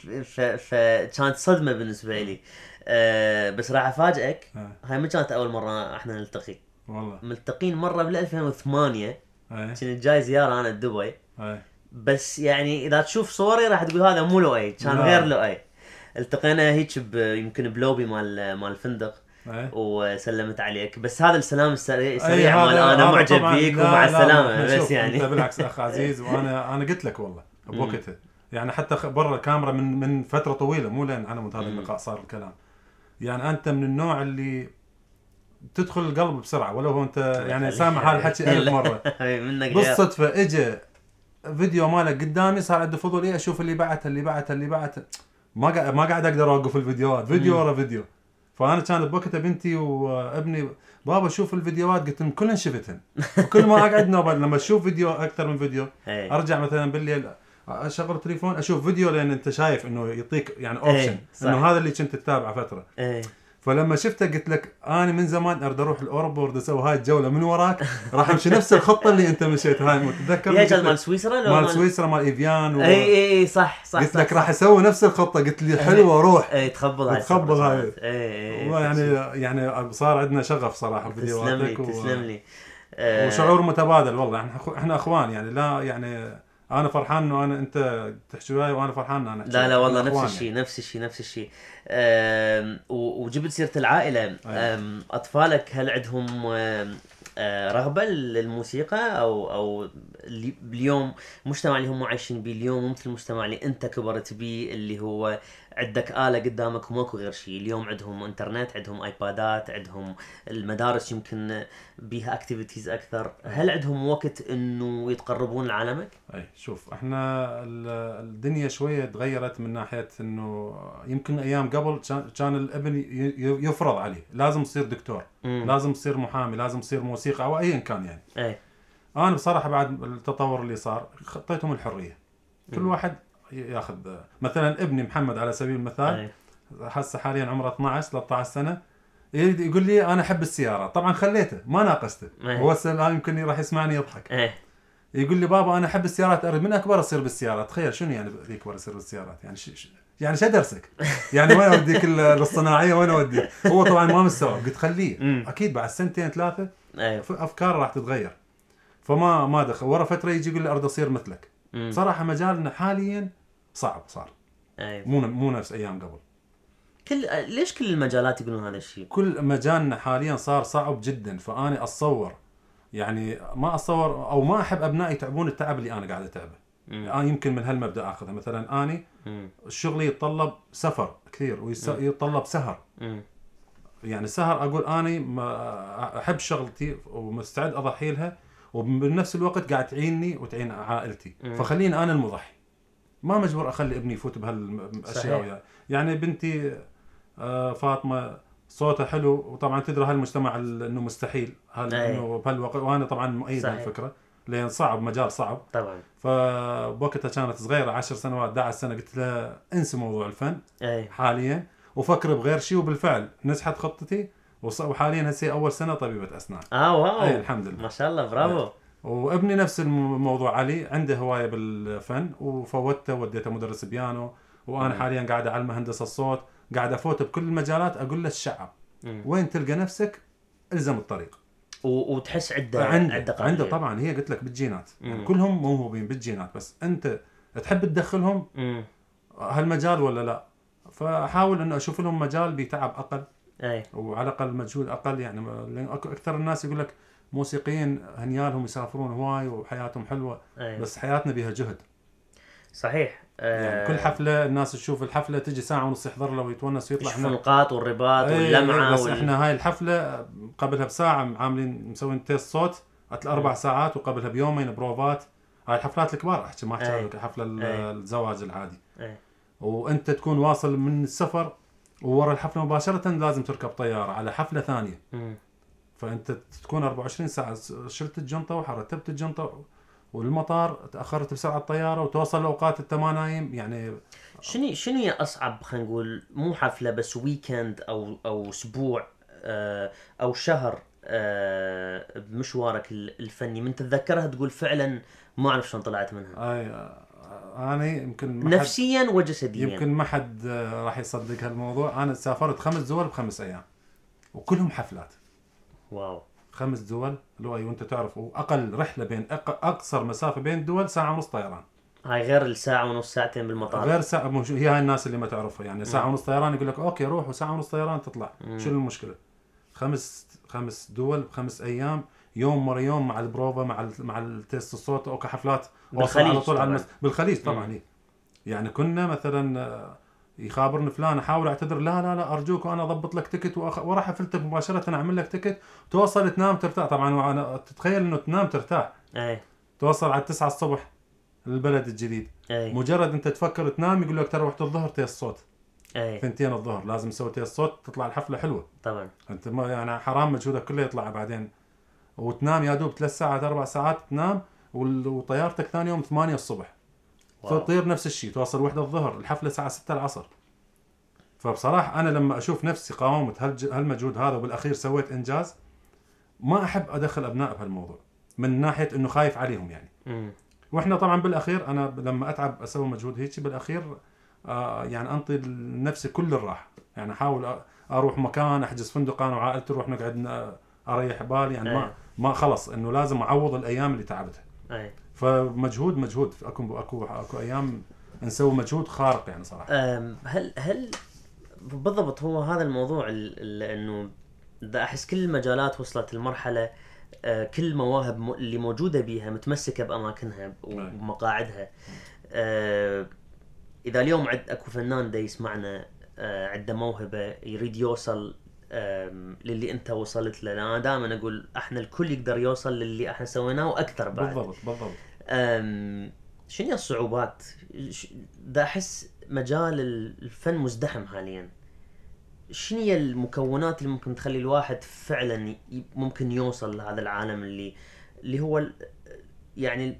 S1: فكانت صدمه بالنسبه لي. أه بس راح افاجئك، هاي ما كانت اول مره احنا نلتقي
S2: والله.
S1: ملتقين مره بال ألفين وثمانية. كنت جاي زياره انا لدبي. بس يعني اذا تشوف صوري راح تقول هذا مو لؤي، كان لا. غير لؤي. التقينا هيك يمكن بلوبي مال مال الفندق. أيه. وسلمت عليك، بس هذا السلام السريع سريع مال انا معجب فيك ومع السلامه. بس يعني
S2: انت بالعكس اخ عزيز. وانا انا قلت لك والله بوقتها، يعني حتى برا الكاميرا من من فتره طويله، مو لين على مود هذا اللقاء صار الكلام. يعني انت من النوع اللي تدخل القلب بسرعه، ولو هو انت يعني سامع هالحكي ألف مره. بالصدفه اجى فيديو مالك قدامي، صار عندي فضول ايه اشوف اللي بعته اللي بعته اللي بعته. ما قاعد ما قاعد اقدر اوقف الفيديوهات، فيديو ورا فيديو. فانا كانت بوقتها بنتي وابني بابا شوف الفيديوهات، قلت لهم كلن شفتهن. وكل ما اقعد نوبه لما اشوف فيديو اكثر من فيديو ارجع مثلا بالليل اشغل التليفون اشوف فيديو، لان انت شايف انه يعطيك يعني اوبشن انه هذا اللي كنت تتابعه فتره.
S1: ايه.
S2: ف فلما شفته قلت لك انا من زمان اريد اروح الاوروبا واريد اسوي هاي الجوله من وراك، راح امشي نفس الخطه اللي انت مشيت هاي. متذكر
S1: يا جل مال سويسرا لو
S2: مال سويسرا مال ايفيان و...
S1: اي اي اي صح صح
S2: قلت
S1: صح
S2: لك راح اسوي نفس الخطه، قلت لي حلوه روح
S1: اي تخبل هاي
S2: تخبل هاي.
S1: اي اي
S2: والله يعني يعني صار عندنا شغف صراحه
S1: بفيديوهاتك. تسلم لي تسلم لي
S2: و... وشعور متبادل والله. احنا احنا اخوان يعني، لا يعني انا فرحان انه انا انت تحكي وياي وانا فرحان انا احكي.
S1: لا لا والله نفس الشيء يعني. نفس الشيء نفس الشيء. وجبت سيره العائله، اطفالك هل عندهم رغبه للموسيقى او او اليوم المجتمع اللي هم عايشين به اليوم مثل المجتمع اللي انت كبرت به، اللي هو عندك آلة قدامك وماكو غير شيء. اليوم عندهم انترنت، عندهم ايبادات، عندهم المدارس يمكن بيها اكتيفيتيز اكثر. هل عندهم وقت انه يتقربون لعالمك؟
S2: اي شوف احنا الدنيا شويه تغيرت من ناحيه انه يمكن ايام قبل كان الابن يفرض عليه لازم تصير دكتور،
S1: مم.
S2: لازم تصير محامي، لازم تصير موسيقى او ايا كان يعني.
S1: اي
S2: انا بصراحه بعد التطور اللي صار خطيتهم الحريه، كل
S1: مم.
S2: واحد ياخذ. مثلا ابني محمد على سبيل المثال هسه حاليا عمره اثنا عشر ثلاثة عشر سنه، يقول لي انا احب السيارات. طبعا خليته ما ناقشته، هو الان يمكن راح يسمعني يضحك.
S1: أي.
S2: يقول لي بابا انا احب السيارات، اريد من اكبر اصير بالسيارات. تخيل شنو يعني يكبر يصير بالسيارات يعني ش... يعني شو درسك يعني وين اوديك للصناعيه وين اوديك؟ هو طبعا ما مستوعب. قلت خليه اكيد بعد سنتين ثلاثه افكار راح تتغير. فما ما دخل ورا فتره يجي يقول لي اريد اصير مثلك. بصراحه مجالنا حاليا صعب صار،
S1: أي.
S2: مو مو نفس ايام قبل.
S1: كل ليش كل المجالات يقولون هذا الشيء؟
S2: كل مجالنا حاليا صار صعب جدا. فاني اتصور يعني ما اتصور او ما احب ابنائي يتعبون التعب اللي انا قاعد اتعبه. انا يمكن من هالمبدا اخذها. مثلا اني الشغل يتطلب سفر كثير ويتطلب سهر.
S1: مم.
S2: يعني سهر اقول اني ما احب شغلتي ومستعد اضحي لها، وبنفس الوقت قاعد تعيني وتعين عائلتي.
S1: مم.
S2: فخليني انا المضحي، ما مجبور اخلي ابني يفوت بهالاشياء وياي. يعني بنتي فاطمه صوتها حلو، وطبعا تدري هالمجتمع انه مستحيل هل انه بهالوقت، وانا طبعا مؤيد هالفكره لان صعب، مجال صعب
S1: طبعا.
S2: فبوقتها كانت صغيره عشر سنوات احد عشر سنه، قلت لها انسى موضوع الفن.
S1: أي.
S2: حاليا وفكر بغير شيء، وبالفعل نجحت خطتي وحاليا هسه اول سنه طبيبه اسنان.
S1: اه واو.
S2: أي الحمد لله
S1: ما شاء الله برافو.
S2: أي. وابني نفس الموضوع علي عنده هوايه بالفن وفوتته وديته مدرس بيانو، وانا
S1: مم.
S2: حاليا قاعد اعلمه هندسه الصوت، قاعد افوت بكل المجالات. اقول له الشعب
S1: مم.
S2: وين تلقى نفسك الزم الطريق.
S1: و... وتحس عنده
S2: عنده عنده طبعا. هي قلت لك بالجينات يعني كلهم موهوبين بالجينات، بس انت تحب تدخلهم
S1: مم.
S2: هالمجال ولا لا. فاحاول انه اشوف لهم مجال بتعب اقل.
S1: اي.
S2: وعلى الاقل مجهود اقل. يعني اكثر الناس يقول لك موسيقيين هنيالهم يسافرون هواي وحياتهم حلوه. أي. بس حياتنا بها جهد.
S1: صحيح.
S2: يعني كل حفله الناس تشوف الحفله تجي ساعه ونص يحضر له ويتونس ويطلع.
S1: احنا النقاط والرباط
S2: ايه
S1: واللمعه
S2: بس
S1: وال...
S2: احنا هاي الحفله قبلها بساعه عاملين مسوين تيست صوت اربع ساعات، وقبلها بيومين بروفات. هاي الحفلات الكبار احكي، ما احكي حفله الزواج العادي.
S1: أي.
S2: وانت تكون واصل من السفر وورا الحفله مباشره لازم تركب طياره على حفله ثانيه.
S1: م.
S2: فانت تكون أربعة وعشرين ساعه شلت الجنطه ورتبت الجنطه والمطار، تاخرت بسرعه الطياره وتوصل لاوقات انت ما نايم. يعني
S1: شنو شنو هي اصعب، خلينا نقول مو حفله بس ويكند او او اسبوع او شهر بمشوارك الفني من تتذكرها تقول فعلا ما اعرف شلون طلعت منها؟
S2: اي انا يمكن
S1: نفسيا وجسديا
S2: يمكن ما حد راح يصدق هالموضوع. انا سافرت خمس دول بخمس ايام وكلهم حفلات.
S1: واو.
S2: خمس دول لو اي وانت تعرف، واقل رحله بين اقصر مسافه بين الدول ساعه ونص طيران.
S1: هاي غير الساعه ونص ساعتين بالمطار.
S2: غير ساعه مش... هي هاي الناس اللي ما تعرفها يعني. ساعه ونص طيران يقول لك اوكي روح، وساعه ونص طيران تطلع.
S1: مم.
S2: شو المشكله؟ خمس خمس دول بخمس ايام، يوم ورا يوم مع البروفا مع ال... مع التيست الصوت. اوكي حفلات
S1: بالخليج
S2: على طول
S1: طبعاً.
S2: على المس... بالخليج طبعا. هي. يعني كنا مثلا يخابرني فلان، احاول اعتذر، لا لا لا ارجوك وانا اضبط لك تكت وأخ... وراح حفلتك مباشره اعمل لك تكت، توصل تنام ترتاح. طبعا وانا تتخيل انه تنام ترتاح.
S1: اي.
S2: توصل على تسعة الصبح البلد الجديد.
S1: أي.
S2: مجرد انت تفكر تنام يقول لك ترى وقت الظهر تيست صوت.
S1: اي.
S2: ثنتين الظهر لازم نسوي تيست صوت تطلع الحفله حلوه.
S1: طبعا.
S2: انت ما يعني حرام مجهودك كله يطلع بعدين. وتنام يا دوب ثلاث ساعات اربع ساعات تنام، وطيارتك ثاني يوم ثمانية الصبح. تطير نفس الشيء، توصل وحدة الظهر، الحفله الساعه ستة العصر. فبصراحه انا لما اشوف نفسي قاومت هالمجهود هذا وبالاخير سويت انجاز، ما احب ادخل ابنائي بهالموضوع من ناحيه انه خايف عليهم يعني.
S1: م.
S2: واحنا طبعا بالاخير انا لما اتعب اسوي مجهود هيك بالاخير آه يعني انطي لنفسي كل الراحه، يعني احاول اروح مكان احجز فندق انا وعائلتي نروح نقعد اريح بالي يعني. أي. ما ما خلص انه لازم اعوض الايام اللي تعبتها.
S1: اي.
S2: فمجهود مجهود اكو اكو اكو ايام نسوي مجهود خارق يعني صراحه.
S1: هل هل بالضبط هو هذا الموضوع انه دا احس كل المجالات وصلت لمرحله كل المواهب اللي موجوده بيها متمسكه باماكنها ومقاعدها. اذا اليوم عد اكو فنان دا يسمعنا عنده موهبه يريد يوصل للي انت وصلت له، انا دائما اقول احنا الكل يقدر يوصل للي احنا سويناه واكثر بعد.
S2: بالضبط بالضبط.
S1: شنو الصعوبات؟ دا احس مجال الفن مزدحم حاليا. شنو هي المكونات اللي ممكن تخلي الواحد فعلا ممكن يوصل لهذا العالم اللي اللي هو يعني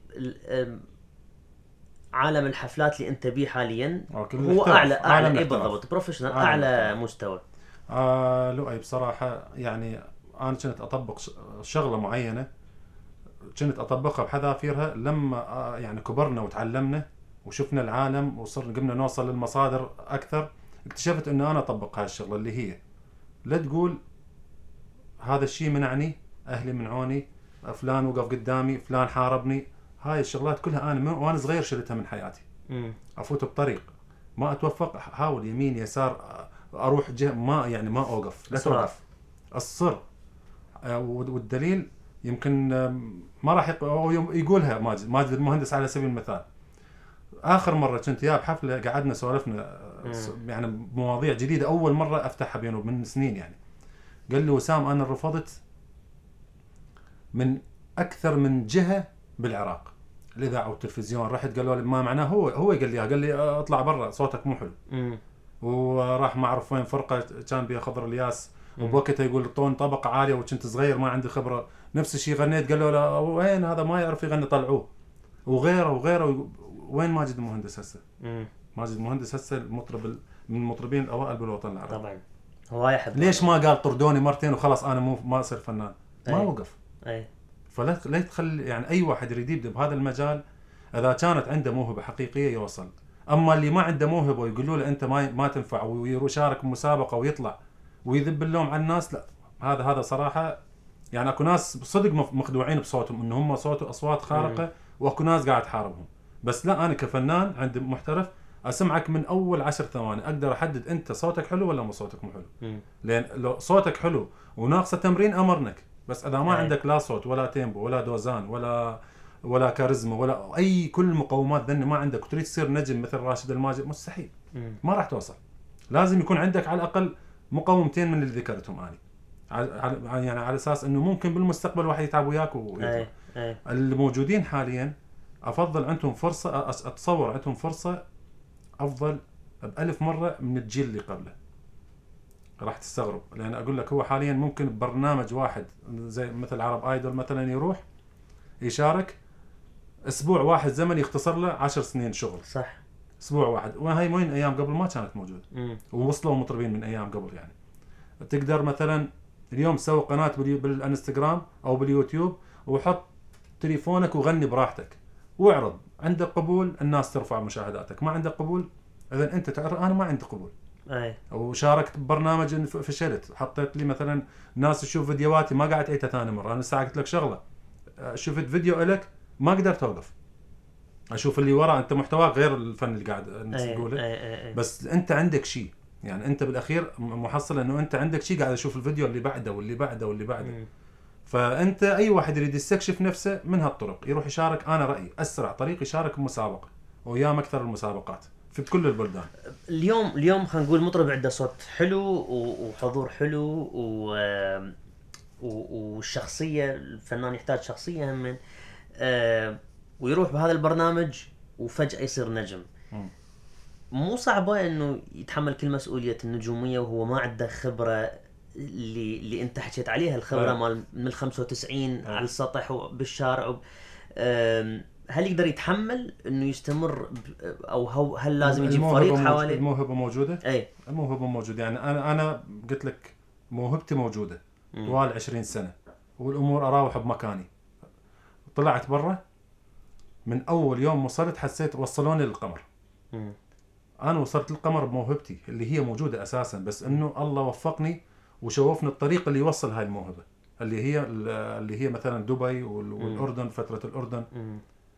S1: عالم الحفلات اللي انت بيه حاليا هو اعلى اعلى اي بالضبط بروفيشنال اعلى مستوى.
S2: آه لؤي بصراحه يعني انا كنت اطبق شغله معينه كنت اطبقها بحذافيرها لما آه يعني كبرنا وتعلمنا وشفنا العالم وصرنا قمنا نوصل للمصادر اكثر، اكتشفت انه انا اطبق هاي الشغله اللي هي لا تقول هذا الشيء منعني، اهلي منعوني، فلان وقف قدامي، فلان حاربني. هاي الشغلات كلها انا وانا صغير شلتها من حياتي. م. افوت بطريق ما اتوفق احاول يمين يسار اروح جهه ما يعني ما اوقف، لا توقف الصر. والدليل يمكن ما راح يقولها ماجد ماجد المهندس على سبيل المثال. اخر مره كنت يا بحفله قعدنا سولفنا يعني مواضيع جديده اول مره افتحها بينه من سنين يعني. قال لي وسام انا رفضت من اكثر من جهه بالعراق، الاذاعه والتلفزيون، رحت قالوا لي ما معناه هو هو قال لي قال لي اطلع برا صوتك مو حلو. وراح ما اعرف وين فرقه كان بيها خضر الياس وبوقتها يقول طون طبقه عاليه وكنت صغير ما عندي خبره، نفس الشيء غنيت قالوا له وين هذا ما يعرف يغني طلعوه، وغيره وغيره. وين ماجد المهندس هسه؟ ماجد المهندس هسه المطرب من المطربين الاوائل بالوطن العربي.
S1: طبعا هو يحب.
S2: ليش ما قال طردوني مرتين وخلاص انا مو ما اصير فنان؟ ما
S1: أي.
S2: وقف.
S1: اي.
S2: فلا لا تخلي يعني اي واحد يريد يبدا بهذا المجال اذا كانت عنده موهبه حقيقيه يوصل. اما اللي ما عنده موهبه ويقولوا له انت ما ما تنفع ويشارك مسابقه ويطلع ويذب اللوم على الناس، لا هذا هذا صراحه يعني اكو ناس صدق مخدوعين بصوتهم ان هم صوت اصوات خارقه م. واكو ناس قاعد تحاربهم. بس لا انا كفنان عندي محترف اسمعك من اول عشر ثواني اقدر احدد انت صوتك حلو ولا مو صوتك مو حلو. م. لان لو صوتك حلو وناقصه تمرين امرنك، بس اذا ما أي. عندك لا صوت ولا تيمبو ولا دوزان ولا ولا كاريزما ولا اي كل المقومات ذني ما عندك وتريد تصير نجم مثل راشد الماجد مستحيل. م. ما راح توصل. لازم يكون عندك على الاقل مقومتين من اللي ذكرتهم اني على يعني على اساس انه ممكن بالمستقبل واحد يتعب وياك ويطلع. الموجودين حاليا افضل عندهم فرصه، اتصور عندهم فرصه افضل بألف مره من الجيل اللي قبله. راح تستغرب لان اقول لك هو حاليا ممكن برنامج واحد زي مثل عرب ايدول مثلا يروح يشارك اسبوع واحد زمن يختصر له عشر سنين شغل.
S1: صح.
S2: اسبوع واحد وهي وين ايام قبل ما كانت موجوده. م. ووصلوا مطربين من ايام قبل يعني. تقدر مثلا اليوم تسوي قناه بالانستغرام او باليوتيوب وحط تليفونك وغني براحتك واعرض، عندك قبول الناس ترفع مشاهداتك، ما عندك قبول اذا انت تعرف انا ما عندي قبول.
S1: اي.
S2: وشاركت ببرنامج فشلت، حطيت لي مثلا ناس تشوف فيديوهاتي ما قاعد اعيدها ثاني مره. انا ساعه قلت لك شغله، شفت فيديو لك ما قدرت اوقف اشوف اللي ورا، انت محتواك غير الفن اللي قاعد نقوله. بس انت عندك شيء يعني، انت بالاخير محصل انه انت عندك شيء قاعد اشوف الفيديو اللي بعده واللي بعده واللي بعده. م. فانت اي واحد يريد يستكشف نفسه من هالطرق يروح يشارك. انا رايي اسرع طريق يشارك بمسابقه ويا اكثر المسابقات في كل البلدان.
S1: اليوم اليوم خلينا نقول مطرب عنده صوت حلو وحضور حلو و والشخصيه، الفنان يحتاج شخصيه هم، ويروح بهذا البرنامج وفجاه يصير نجم. م. مو صعبه انه يتحمل كل مسؤوليه النجوميه وهو ما عنده خبره اللي اللي انت حكيت عليها، الخبره مال من الخمسة وتسعين على السطح وبالشارع. هل يقدر يتحمل انه يستمر ب... او هو هل لازم يجيب
S2: الموهبة
S1: فريق
S2: موجود-
S1: حواليه؟
S2: الموهبه موجوده.
S1: اي
S2: الموهبه موجوده يعني انا انا قلت لك موهبتي موجوده طوال عشرين سنه، والامور اراوح بمكاني. طلعت برا من اول يوم وصلت حسيت وصلوني للقمر.
S1: مم.
S2: انا وصلت للقمر بموهبتي اللي هي موجوده اساسا، بس انه الله وفقني وشوفني الطريق اللي يوصل هاي الموهبه اللي هي اللي هي مثلا دبي وال- والاردن، فتره الاردن.
S1: مم.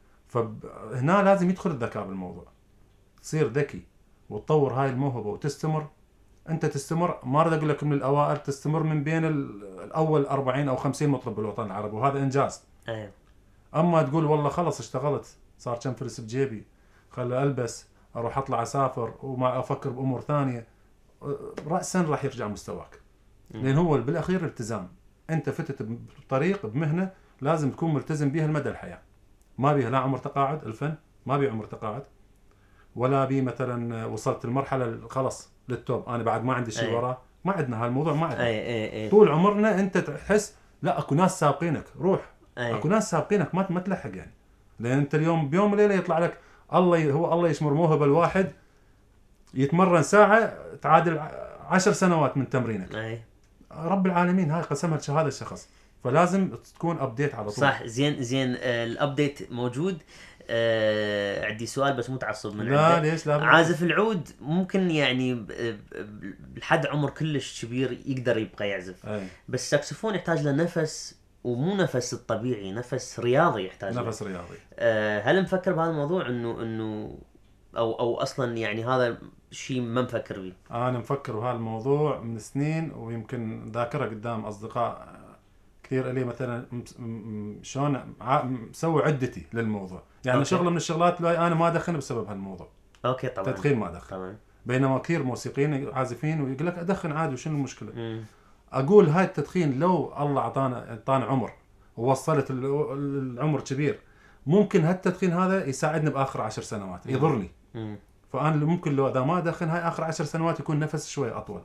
S2: فهنا لازم يدخل الذكاء بالموضوع، تصير ذكي وتطور هاي الموهبه وتستمر. انت تستمر، ما اريد اقول لك من الاوائل، تستمر من بين ال- الاول أربعين او خمسين مطرب بالوطن العربي، وهذا انجاز.
S1: اي
S2: اما تقول والله خلص اشتغلت صار كم فلس بجيبي، خل البس اروح اطلع اسافر وما افكر بامور ثانيه، راسا راح يرجع مستواك. لان هو بالاخير التزام. انت فتت بطريق بمهنه لازم تكون ملتزم بها لمدى الحياه. ما بيها لا عمر تقاعد، الفن ما بيه عمر تقاعد، ولا بي مثلا وصلت المرحله خلص للتوب انا بعد ما عندي شيء
S1: أي.
S2: وراه. ما عندنا هالموضوع، ما عندنا.
S1: اي اي اي
S2: طول عمرنا انت تحس لا اكو ناس سابقينك، روح
S1: أي.
S2: اكو ناس سابقينك ما ما تلحق يعني. لان انت اليوم بيوم وليله يطلع لك الله ي... هو الله يشمر موهبه الواحد يتمرن ساعه تعادل عشر سنوات من تمرينك.
S1: اي
S2: رب العالمين هاي قسمها لهذا الشخص، فلازم تكون ابديت على طول.
S1: صح. زين زين آه الابديت موجود. آه عندي سؤال بس مو تعصب من
S2: لا
S1: عندك.
S2: ليش لا
S1: عازف العود ممكن يعني ب- ب- لحد عمر كلش كبير يقدر يبقى يعزف،
S2: أي.
S1: بس الساكسفون يحتاج له نفس، ومو نفس الطبيعي، نفس رياضي يحتاج له.
S2: نفس رياضي.
S1: آه هل مفكر بهذا الموضوع انه انه او او اصلا يعني هذا شيء ما مفكر به؟
S2: انا مفكر بهالموضوع من سنين، ويمكن ذاكره قدام اصدقاء كثير الي مثلا مس- م- م- شلون ع- مسوي عدتي للموضوع. يعني
S1: أوكي.
S2: شغله من الشغلات اللي انا ما ادخن بسبب هالموضوع.
S1: اوكي طبعا.
S2: تدخين ما ادخن.
S1: طبعا.
S2: بينما كثير موسيقيين عازفين ويقول لك ادخن عادي وشنو المشكله؟
S1: مم.
S2: اقول هاي التدخين لو الله اعطانا اعطانا عمر ووصلت ال- العمر كبير، ممكن هالتدخين هذا يساعدني باخر عشر سنوات، يضرني.
S1: مم.
S2: فانا ممكن لو اذا ما ادخن هاي اخر عشر سنوات يكون نفس شوي اطول.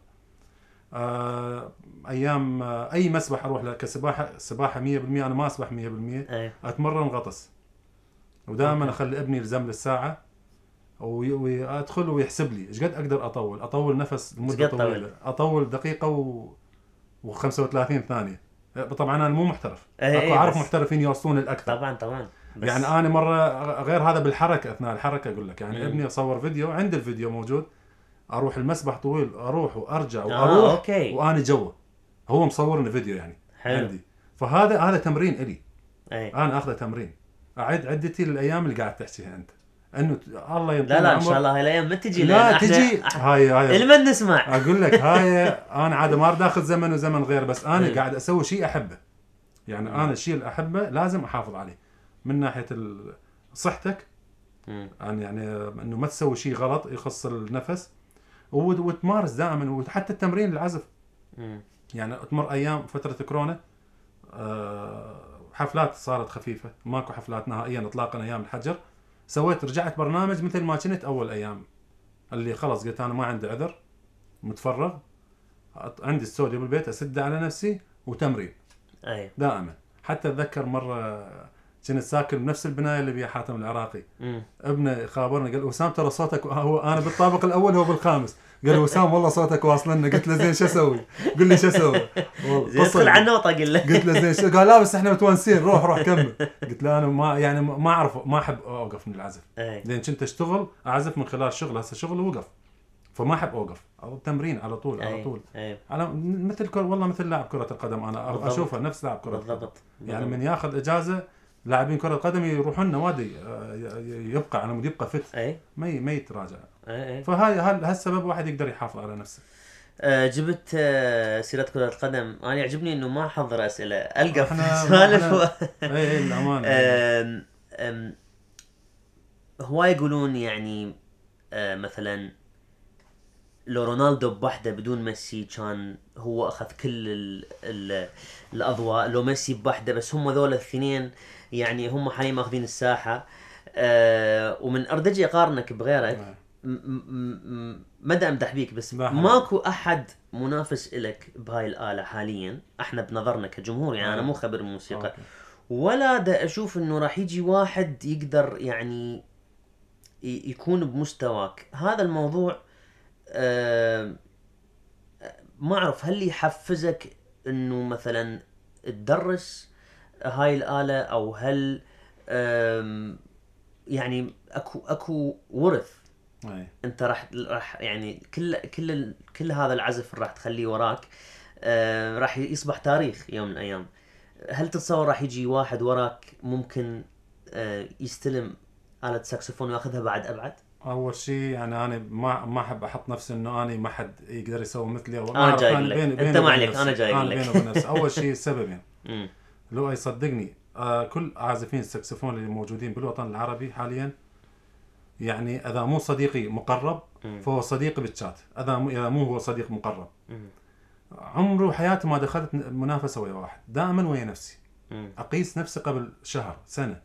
S2: آه ايام آه اي مسبح اروح له كسباحه، سباحه مية بالمية انا ما اسبح مية بالمية،
S1: اي
S2: اتمرن غطس. ودائما
S1: أوكي.
S2: اخلي ابني يلزم لي الساعه وي- وادخل ويحسب لي ايش قد اقدر اطول، اطول نفس لمده
S1: إيش قد طول؟
S2: طويله، اطول دقيقه و وخمسة وثلاثين ثانيه. طبعا انا مو محترف،
S1: إيه،
S2: اكو اعرف
S1: بس-
S2: محترفين يوصلون الاكثر.
S1: طبعا طبعا. بس
S2: يعني انا مره غير هذا بالحركه، اثناء الحركه اقول لك يعني
S1: مم.
S2: ابني اصور فيديو، عندي الفيديو موجود، اروح المسبح طويل اروح وارجع
S1: آه،
S2: واروح
S1: أوكي.
S2: وانا جوا، هو مصورني فيديو يعني
S1: حلو.
S2: عندي. فهذا هذا تمرين الي،
S1: اي
S2: انا اخذه تمرين، اعد عدتي للايام اللي قاعد تحكيها انت، انه الله يطول
S1: لا لا ان
S2: عمر.
S1: شاء الله هاي الايام ما تجي.
S2: لا
S1: لأن إحنا-
S2: تجي
S1: إح-
S2: هاي هاي
S1: لمن نسمع.
S2: اقول لك هاي انا عاد ما اريد اخذ زمن وزمن غير، بس انا
S1: مم.
S2: قاعد اسوي شيء احبه. يعني
S1: مم.
S2: انا الشيء اللي احبه لازم احافظ عليه من ناحيه ال- صحتك،
S1: مم.
S2: يعني يعني انه ما تسوي شيء غلط يخص النفس، وت- وتمارس دائما. وحتى التمرين العزف،
S1: مم.
S2: يعني تمر ايام فتره كورونا، آه، حفلات صارت خفيفه، ماكو حفلات نهائيا اطلاقا ايام الحجر. سويت رجعت برنامج مثل ما كنت اول ايام، اللي خلص قلت انا ما عندي عذر، متفرغ، أط- عندي استوديو بالبيت اسد على نفسي وتمرين
S1: اي
S2: دائما. حتى اتذكر مره كنت ساكن بنفس البنايه اللي بيها حاتم العراقي،
S1: مم.
S2: ابنه خابرني قال وسام ترى صوتك، هو انا بالطابق الاول هو بالخامس، قال وسام والله صوتك واصلنا. قلت له زين شو اسوي؟ قل لي شو اسوي؟
S1: زين ادخل على النوطه قل له.
S2: قلت له زين شو؟ قال لا بس احنا متونسين، روح روح كمل. قلت له انا ما يعني ما اعرف، ما احب اوقف من العزف،
S1: اي
S2: لان كنت اشتغل اعزف من خلال شغل، هسه شغل وقف، فما احب اوقف، أو تمرين على طول على
S1: اي
S2: طول،
S1: اي
S2: على مثل كر... والله مثل لاعب كرة القدم انا
S1: بالضبط.
S2: اشوفه نفس لاعب كرة القدم.
S1: بالضبط.
S2: يعني
S1: بالضبط.
S2: من ياخذ اجازه لاعبين كرة القدم يروحون نوادي، آه، ي- يبقى على مود يبقى فت،
S1: اي
S2: ما ي- ما يتراجع.
S1: اي اي
S2: فهاي هال- هالسبب واحد يقدر يحافظ على نفسه.
S1: آه، جبت آه، سيرة كرة القدم. انا يعجبني انه ما احضر اسئله، القى
S2: إحنا-
S1: سوالف
S2: إحنا-
S1: و-
S2: اي اي الامانه.
S1: آم، آم، هواي يقولون يعني آه، مثلا لو رونالدو بوحده بدون ميسي كان هو اخذ كل ال ال الاضواء، لو ميسي بوحده بس هم ذول الاثنين يعني هم حاليا ماخذين الساحه. أه ومن اردجي اقارنك بغيرك، م- م- م- ما دا امدح بيك بس
S2: لا حول.
S1: ماكو احد منافس لك بهاي الاله حاليا احنا بنظرنا كجمهور، يعني انا
S2: آه.
S1: مو خبير موسيقى،
S2: أوكي.
S1: ولا دا اشوف انه راح يجي واحد يقدر يعني يكون بمستواك. هذا الموضوع أه ما اعرف هل يحفزك انه مثلا تدرس هاي الآلة، او هل يعني اكو اكو ورث
S2: أي.
S1: انت راح راح يعني كل كل كل هذا العزف راح تخليه وراك، أه راح يصبح تاريخ يوم من الايام. هل تتصور راح يجي واحد وراك ممكن أه يستلم آلة ساكسفون وياخذها بعد ابعد؟
S2: اول شيء يعني انا ما ما احب احط نفسي انه انا ما حد يقدر يسوي مثلي، او
S1: انا جاي لك بين انت ما عليك، انا جاي لك
S2: بيني وبين نفسي. اول شيء السببين يعني. لو يصدقني آه كل عازفين الساكسفون اللي موجودين بالوطن العربي حاليا، يعني اذا مو صديقي مقرب فهو صديقي بالشات، اذا مو اذا مو هو صديق مقرب. عمري وحياتي ما دخلت منافسه ويا واحد، دائما ويا نفسي. اقيس نفسي قبل شهر سنه،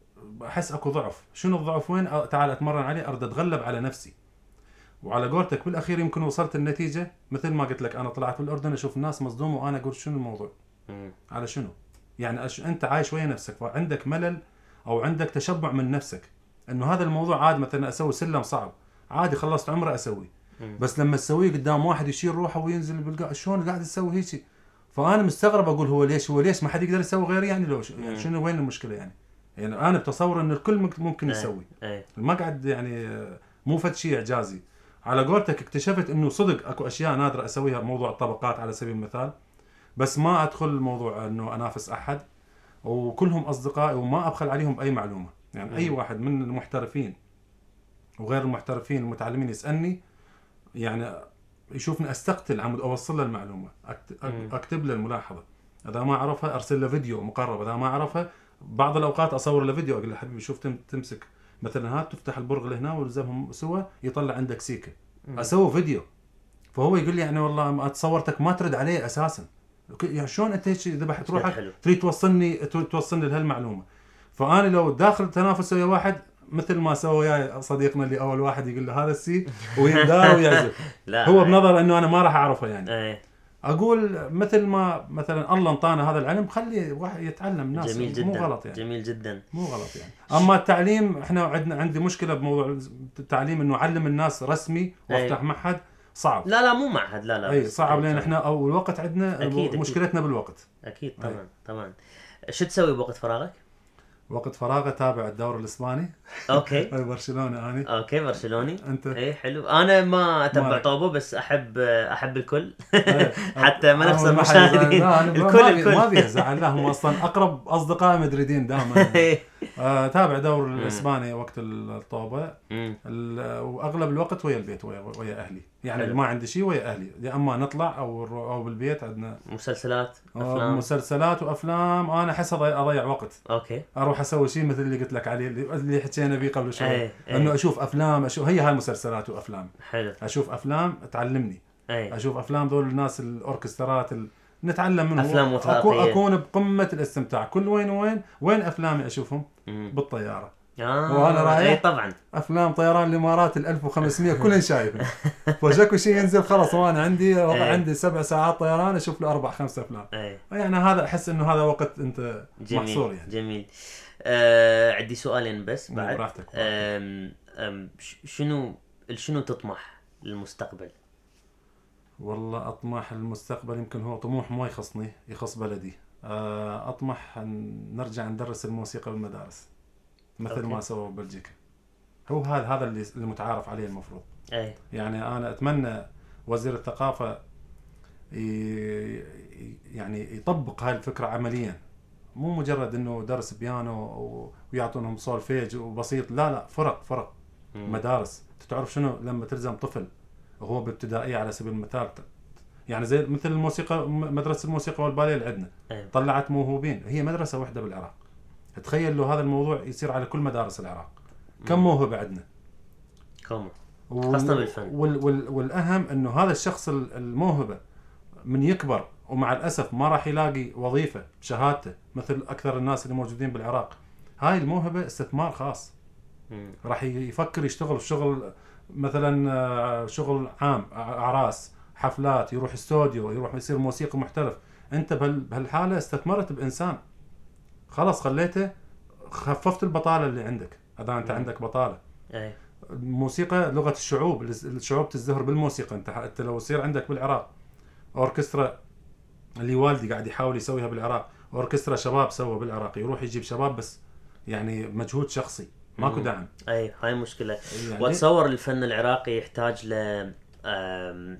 S2: احس اكو ضعف، شنو الضعف وين؟ تعال اتمرن عليه، ارد اتغلب على نفسي. وعلى قولتك بالاخير يمكن وصلت النتيجه مثل ما قلت لك، انا طلعت بالاردن اشوف الناس مصدومه وانا اقول شنو الموضوع؟ مم. على شنو؟ يعني أش... انت عايش ويا نفسك وعندك ملل او عندك تشبع من نفسك انه هذا الموضوع عاد مثلا اسوي سلم صعب عادي خلصت عمره اسوي. مم. بس لما تسويه قدام واحد يشيل روحه وينزل بالقاع شلون قاعد تسوي هيك؟ فانا مستغرب اقول هو ليش هو ليش ما حد يقدر يسوي غيري يعني؟ لو يعني شنو وين المشكله يعني؟ يعني انا بتصور ان الكل ممكن يسوي، ما قاعد يعني مو فد شيء اعجازي. على قولتك اكتشفت انه صدق اكو اشياء نادره اسويها بموضوع الطبقات على سبيل المثال، بس ما ادخل الموضوع انه انافس احد، وكلهم اصدقائي وما ابخل عليهم باي معلومه. يعني اي واحد من المحترفين وغير المحترفين المتعلمين يسالني يعني يشوفني استقتل عمود اوصل له المعلومه، اكتب له الملاحظه، اذا ما عرفها ارسل له فيديو مقرب، اذا ما عرفها بعض الاوقات اصور له فيديو اقول له حبيبي شوف تمسك مثلا هات تفتح البرغ اللي هنا والزمهم سوا يطلع عندك سيكه، اسوي فيديو. فهو يقول لي يعني والله ما تصورتك ما ترد عليه اساسا، يعني شلون انت هيك ذبحت روحك تريد توصلني توصلني لهالمعلومه؟ فانا لو داخل تنافس ويا واحد مثل ما سوى وياي صديقنا اللي اول واحد يقول له هذا السي ويندار ويعزف هو بنظر انه انا ما راح اعرفه يعني. اقول مثل ما مثلا الله انطانا هذا العلم خلي واحد يتعلم الناس،
S1: جميل جدا.
S2: مو غلط يعني،
S1: جميل جدا،
S2: مو غلط يعني. اما التعليم احنا عندنا عندي مشكله بموضوع التعليم انه اعلم الناس رسمي وافتح معهد صعب.
S1: لا لا مو معهد، لا لا
S2: اي صعب لان احنا او الوقت عندنا أكيد مشكلتنا أكيد. بالوقت
S1: اكيد طبعا طبعا. شو تسوي بوقت فراغك؟
S2: وقت فراغ اتابع الدوري الاسباني.
S1: اوكي.
S2: برشلونه اني.
S1: اوكي برشلوني.
S2: انت؟
S1: اي حلو. انا ما اتبع طوبه بس احب احب الكل. حتى ما نخسر المشاهدين.
S2: الكل الكل ما بيه زعل لهم اصلا اقرب اصدقاء مدريدين دائما. اتابع دوري الاسباني وقت الطوبه، واغلب الوقت ويا البيت ويا, ويا اهلي يعني حلو. ما عندي شيء ويا اهلي، يا اما نطلع او او بالبيت عندنا
S1: مسلسلات افلام.
S2: مسلسلات وافلام. انا احس اضيع وقت.
S1: اوكي.
S2: اروح اسوي شيء مثل اللي قلت لك عليه اللي حكينا به قبل شوي، انه اشوف افلام، اشوف هي هاي مسلسلات وافلام.
S1: حلو.
S2: اشوف افلام تعلمني. أي. اشوف افلام ذول الناس الاوركسترات ال... نتعلم منهم.
S1: افلام
S2: وثائقيه. اكون بقمه الاستمتاع. كل وين وين وين افلامي اشوفهم؟ مم. بالطياره.
S1: آه.
S2: وانا رايح
S1: اي طبعا
S2: افلام طيران الامارات ال ألف وخمسمية كلهم شايفهم. فشكو شيء ينزل خلاص وانا عندي عندي سبع ساعات طيران اشوف له اربع خمس افلام. أي. يعني هذا احس انه هذا وقت انت
S1: جميل.
S2: محصور يعني.
S1: جميل. آه عندي سؤالين بس بعد.
S2: براحتك.
S1: آم آم شنو شنو تطمح للمستقبل؟
S2: والله اطمح للمستقبل يمكن هو طموح ما يخصني، يخص بلدي. اطمح ان نرجع ندرس الموسيقى بالمدارس مثل أوكي. ما سووا ببلجيكا. هو هذا هذا اللي المتعارف عليه المفروض.
S1: أي.
S2: يعني انا اتمنى وزير الثقافه يعني يطبق هاي الفكره عمليا، مو مجرد انه درس بيانو ويعطونهم سولفيج وبسيط، لا لا فرق فرق م. مدارس. تعرف شنو لما تلزم طفل وهو بابتدائيه على سبيل المثال، يعني زي مثل الموسيقى مدرسه الموسيقى والباليه اللي عندنا أي. طلعت موهوبين، هي مدرسه واحده بالعراق. تخيل لو هذا الموضوع يصير على كل مدارس العراق، كم موهبه عندنا
S1: كم خاصه بالفن.
S2: وال وال والاهم انه هذا الشخص الموهبه من يكبر ومع الاسف ما راح يلاقي وظيفه بشهادته مثل اكثر الناس اللي موجودين بالعراق. هاي الموهبه استثمار خاص. مم. راح يفكر يشتغل في شغل مثلا شغل عام، اعراس، حفلات، يروح استوديو، يروح يصير موسيقي محترف. انت بهالحاله استثمرت بانسان خلاص خليته، خففت البطاله اللي عندك. اذا انت
S1: مم.
S2: عندك بطاله.
S1: اي
S2: الموسيقى لغه الشعوب، الشعوب تزدهر بالموسيقى. انت انت لو يصير عندك بالعراق اوركسترا اللي والدي قاعد يحاول يسويها بالعراق، اوركسترا شباب سوى بالعراق، يروح يجيب شباب بس يعني مجهود شخصي، ماكو
S1: مم.
S2: دعم.
S1: اي هاي مشكله.
S2: يعني
S1: واتصور الفن العراقي يحتاج ل آم،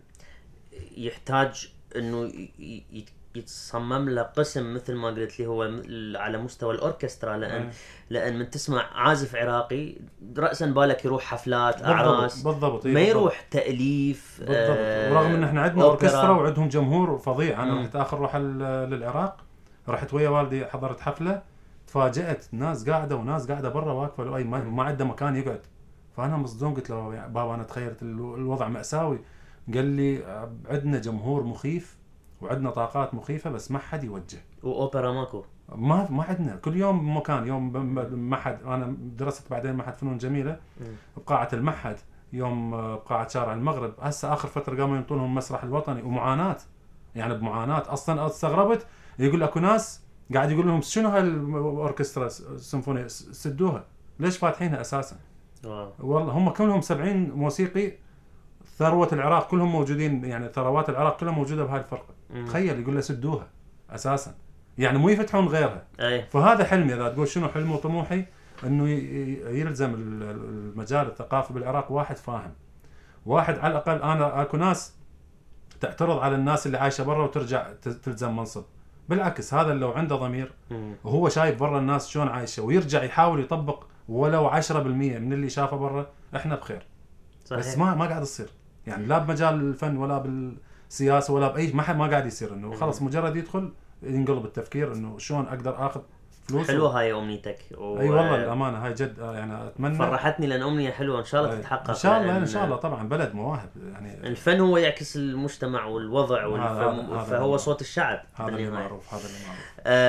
S1: يحتاج انه ي- ي- يتصمم له قسم مثل ما قلت لي هو م- على مستوى الاوركسترا، لان
S2: أي.
S1: لان من تسمع عازف عراقي راسا بالك يروح حفلات
S2: بالضبط
S1: اعراس،
S2: بالضبط
S1: ما
S2: بالضبط.
S1: يروح تاليف.
S2: بالضبط.
S1: آه
S2: ورغم ان احنا عندنا
S1: أوبرا.
S2: اوركسترا وعندهم جمهور فظيع. انا
S1: مم.
S2: رحت اخر روحه ل- للعراق، رحت ويا والدي حضرت حفله، تفاجأت ناس قاعده وناس قاعده برا واقفه، لو اي ما, ما عنده مكان يقعد. فانا مصدوم، قلت له يا بابا انا تخيلت ال- الوضع مأساوي. قال لي عندنا جمهور مخيف وعندنا طاقات مخيفه بس ما حد يوجه.
S1: واوبرا ماكو.
S2: ما ما عندنا، كل يوم مكان. يوم بمعهد، انا درست بعدين معهد فنون جميله
S1: مم.
S2: بقاعه المعهد، يوم بقاعه شارع المغرب. هسه اخر فتره قاموا ينطونهم المسرح الوطني، ومعاناه يعني بمعاناه. اصلا استغربت، يقول اكو ناس قاعد يقول لهم شنو هاي الاوركسترا السيمفونيه سدوها، ليش فاتحينها اساسا؟
S1: واو.
S2: والله هم كلهم سبعين موسيقي، ثروه العراق كلهم موجودين، يعني ثروات العراق كلها موجوده بهاي الفرقه.
S1: مم.
S2: تخيل يقول له سدوها اساسا، يعني مو يفتحون غيرها.
S1: اي
S2: فهذا حلمي. اذا تقول شنو حلمي وطموحي، انه يلزم المجال الثقافي بالعراق واحد فاهم، واحد على الاقل. انا اكو ناس تعترض على الناس اللي عايشه برا وترجع تلزم منصب. بالعكس، هذا لو عنده ضمير
S1: مم.
S2: وهو شايف برا الناس شلون عايشه ويرجع يحاول يطبق ولو عشرة بالمية من اللي شافه برا، احنا بخير.
S1: صحيح.
S2: بس ما ما قاعد تصير، يعني لا بمجال الفن ولا بالسياسه ولا باي، ما ما قاعد يصير. انه خلص مجرد يدخل ينقلب التفكير انه شلون اقدر اخذ فلوس.
S1: حلوه هاي امنيتك و...
S2: اي والله الامانه هاي جد يعني اتمنى.
S1: فرحتني لان امنيه حلوه ان شاء الله
S2: أي.
S1: تتحقق.
S2: ان شاء الله
S1: لأن
S2: ان شاء الله طبعا بلد مواهب يعني.
S1: الفن هو يعكس المجتمع والوضع والف...
S2: هذا- هذا
S1: فهو
S2: هذا
S1: صوت الشعب
S2: هذا اللي
S1: بالنهاية.
S2: معروف، هذا اللي معروف.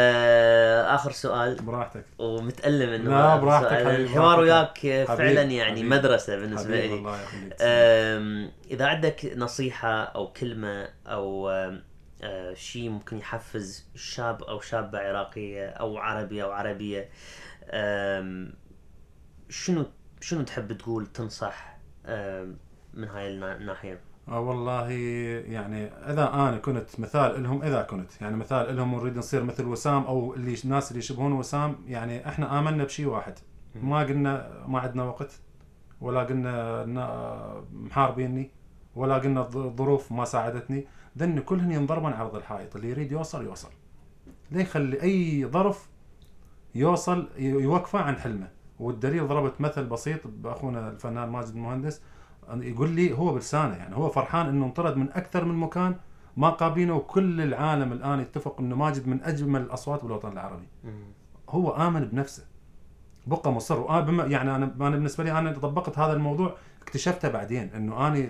S1: آه اخر سؤال،
S2: براحتك.
S1: ومتألم انه
S2: لا،
S1: آخر
S2: براحتك
S1: سؤال.
S2: حبيبي،
S1: الحوار
S2: براحتك.
S1: وياك
S2: حبيبي،
S1: فعلا يعني
S2: حبيبي.
S1: مدرسه بالنسبه
S2: حبيبي
S1: لي.
S2: الله يخليك.
S1: آم، اذا عندك نصيحه او كلمه او آم، آه شيء ممكن يحفز شاب او شابه عراقيه او عربي او عربيه، آم، شنو شنو تحب تقول تنصح آم، من هاي النا- الناحيه؟
S2: آه والله يعني اذا انا كنت مثال لهم، اذا كنت يعني مثال لهم ونريد نصير مثل وسام او اللي الناس اللي يشبهون وسام، يعني احنا امنا بشيء واحد. ما قلنا ما عندنا وقت، ولا قلنا إن محاربيني، ولا قلنا الظروف ما ساعدتني. ذن كلهن ينضربن عرض الحائط، اللي يريد يوصل يوصل. ليه يخلي اي ظرف يوصل يوقفه عن حلمه؟ والدليل ضربت مثل بسيط باخونا الفنان ماجد المهندس، يقول لي هو بلسانه يعني هو فرحان انه انطرد من اكثر من مكان ما قابينه، وكل العالم الان يتفق انه ماجد من اجمل الاصوات بالوطن العربي. هو امن بنفسه، بقى مصر. وأنا يعني انا انا بالنسبه لي انا طبقت هذا الموضوع، اكتشفته بعدين انه اني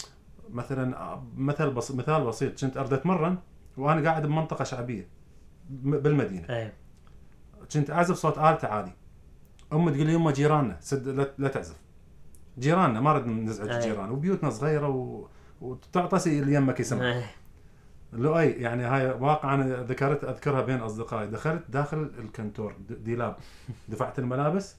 S2: مثلا مثل بس مثال بسيط، كنت اريد اتمرن وانا قاعد بمنطقه شعبيه بالمدينه.
S1: ايه
S2: كنت اعزف صوت آلة عالي. امي تقول لي يما جيراننا سد لا, لا تعزف، جيراننا ما ردنا نزعج الجيران، وبيوتنا صغيره و... وتعطسي اللي يمك يسمع.
S1: ايه
S2: لو اي يعني هاي واقع انا ذكرت اذكرها بين اصدقائي. دخلت داخل الكنتور ديلاب، دفعت الملابس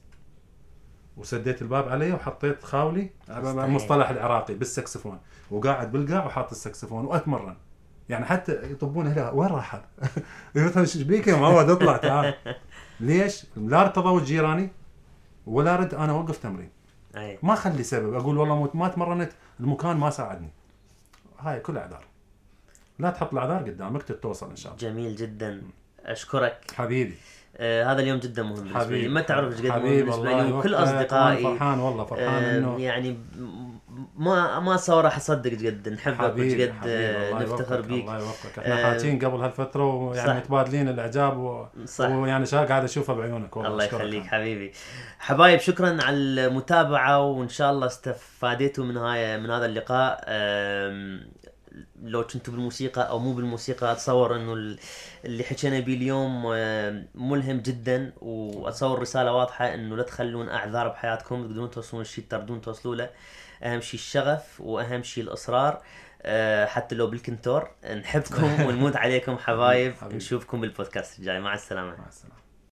S2: وسديت الباب علي وحطيت خاولي المصطلح العراقي بالسكسفون، وقاعد بالقاع وحاط السكسفون واتمرن. يعني حتى يطبون هلا وين راح هذا؟ يقول ايش بيك يا معود اطلع تعال. ليش؟ لا ارتضوا جيراني ولا رد انا اوقف تمرين.
S1: ايه
S2: ما اخلي سبب اقول والله ما تمرنت المكان ما ساعدني. هاي كل اعذار، لا تحط الاعذار قدامك توصل ان شاء الله.
S1: جميل جدا، اشكرك
S2: حبيبي.
S1: آه هذا اليوم جدا مهم بالنسبه لي، ما تعرف ايش قد مهم
S2: حبيبي
S1: بالنسبه لي وكل
S2: يوفقك.
S1: اصدقائي.
S2: فرحان والله فرحان
S1: آه
S2: انه
S1: يعني ما ما صار راح اصدق جد نحبك
S2: حبيبي
S1: وجد
S2: حبيبي الله
S1: نفتخر
S2: يوفقك.
S1: بيك.
S2: الله يوفقك. احنا
S1: آه
S2: حاكين قبل هالفتره ويعني
S1: صح.
S2: متبادلين الاعجاب و...
S1: صح.
S2: ويعني شا قاعد اشوفها بعيونك والله.
S1: الله
S2: أشكرك.
S1: يخليك حبيبي. حبايب شكرا على المتابعه، وان شاء الله استفادتوا من هاي من هذا اللقاء. آم، لو كنتوا بالموسيقى او مو بالموسيقى، اتصور انه اللي حكينا بيه اليوم ملهم جدا، واتصور رساله واضحه انه لا تخلون اعذار بحياتكم، تقدرون توصلون الشيء تردون توصلوا له. اهم شيء الشغف، واهم شيء الاصرار. حتى لو بالكنتور. نحبكم ونموت عليكم حبايب.
S2: حبيب.
S1: نشوفكم بالبودكاست الجاي. مع السلامه.
S2: مع السلامه.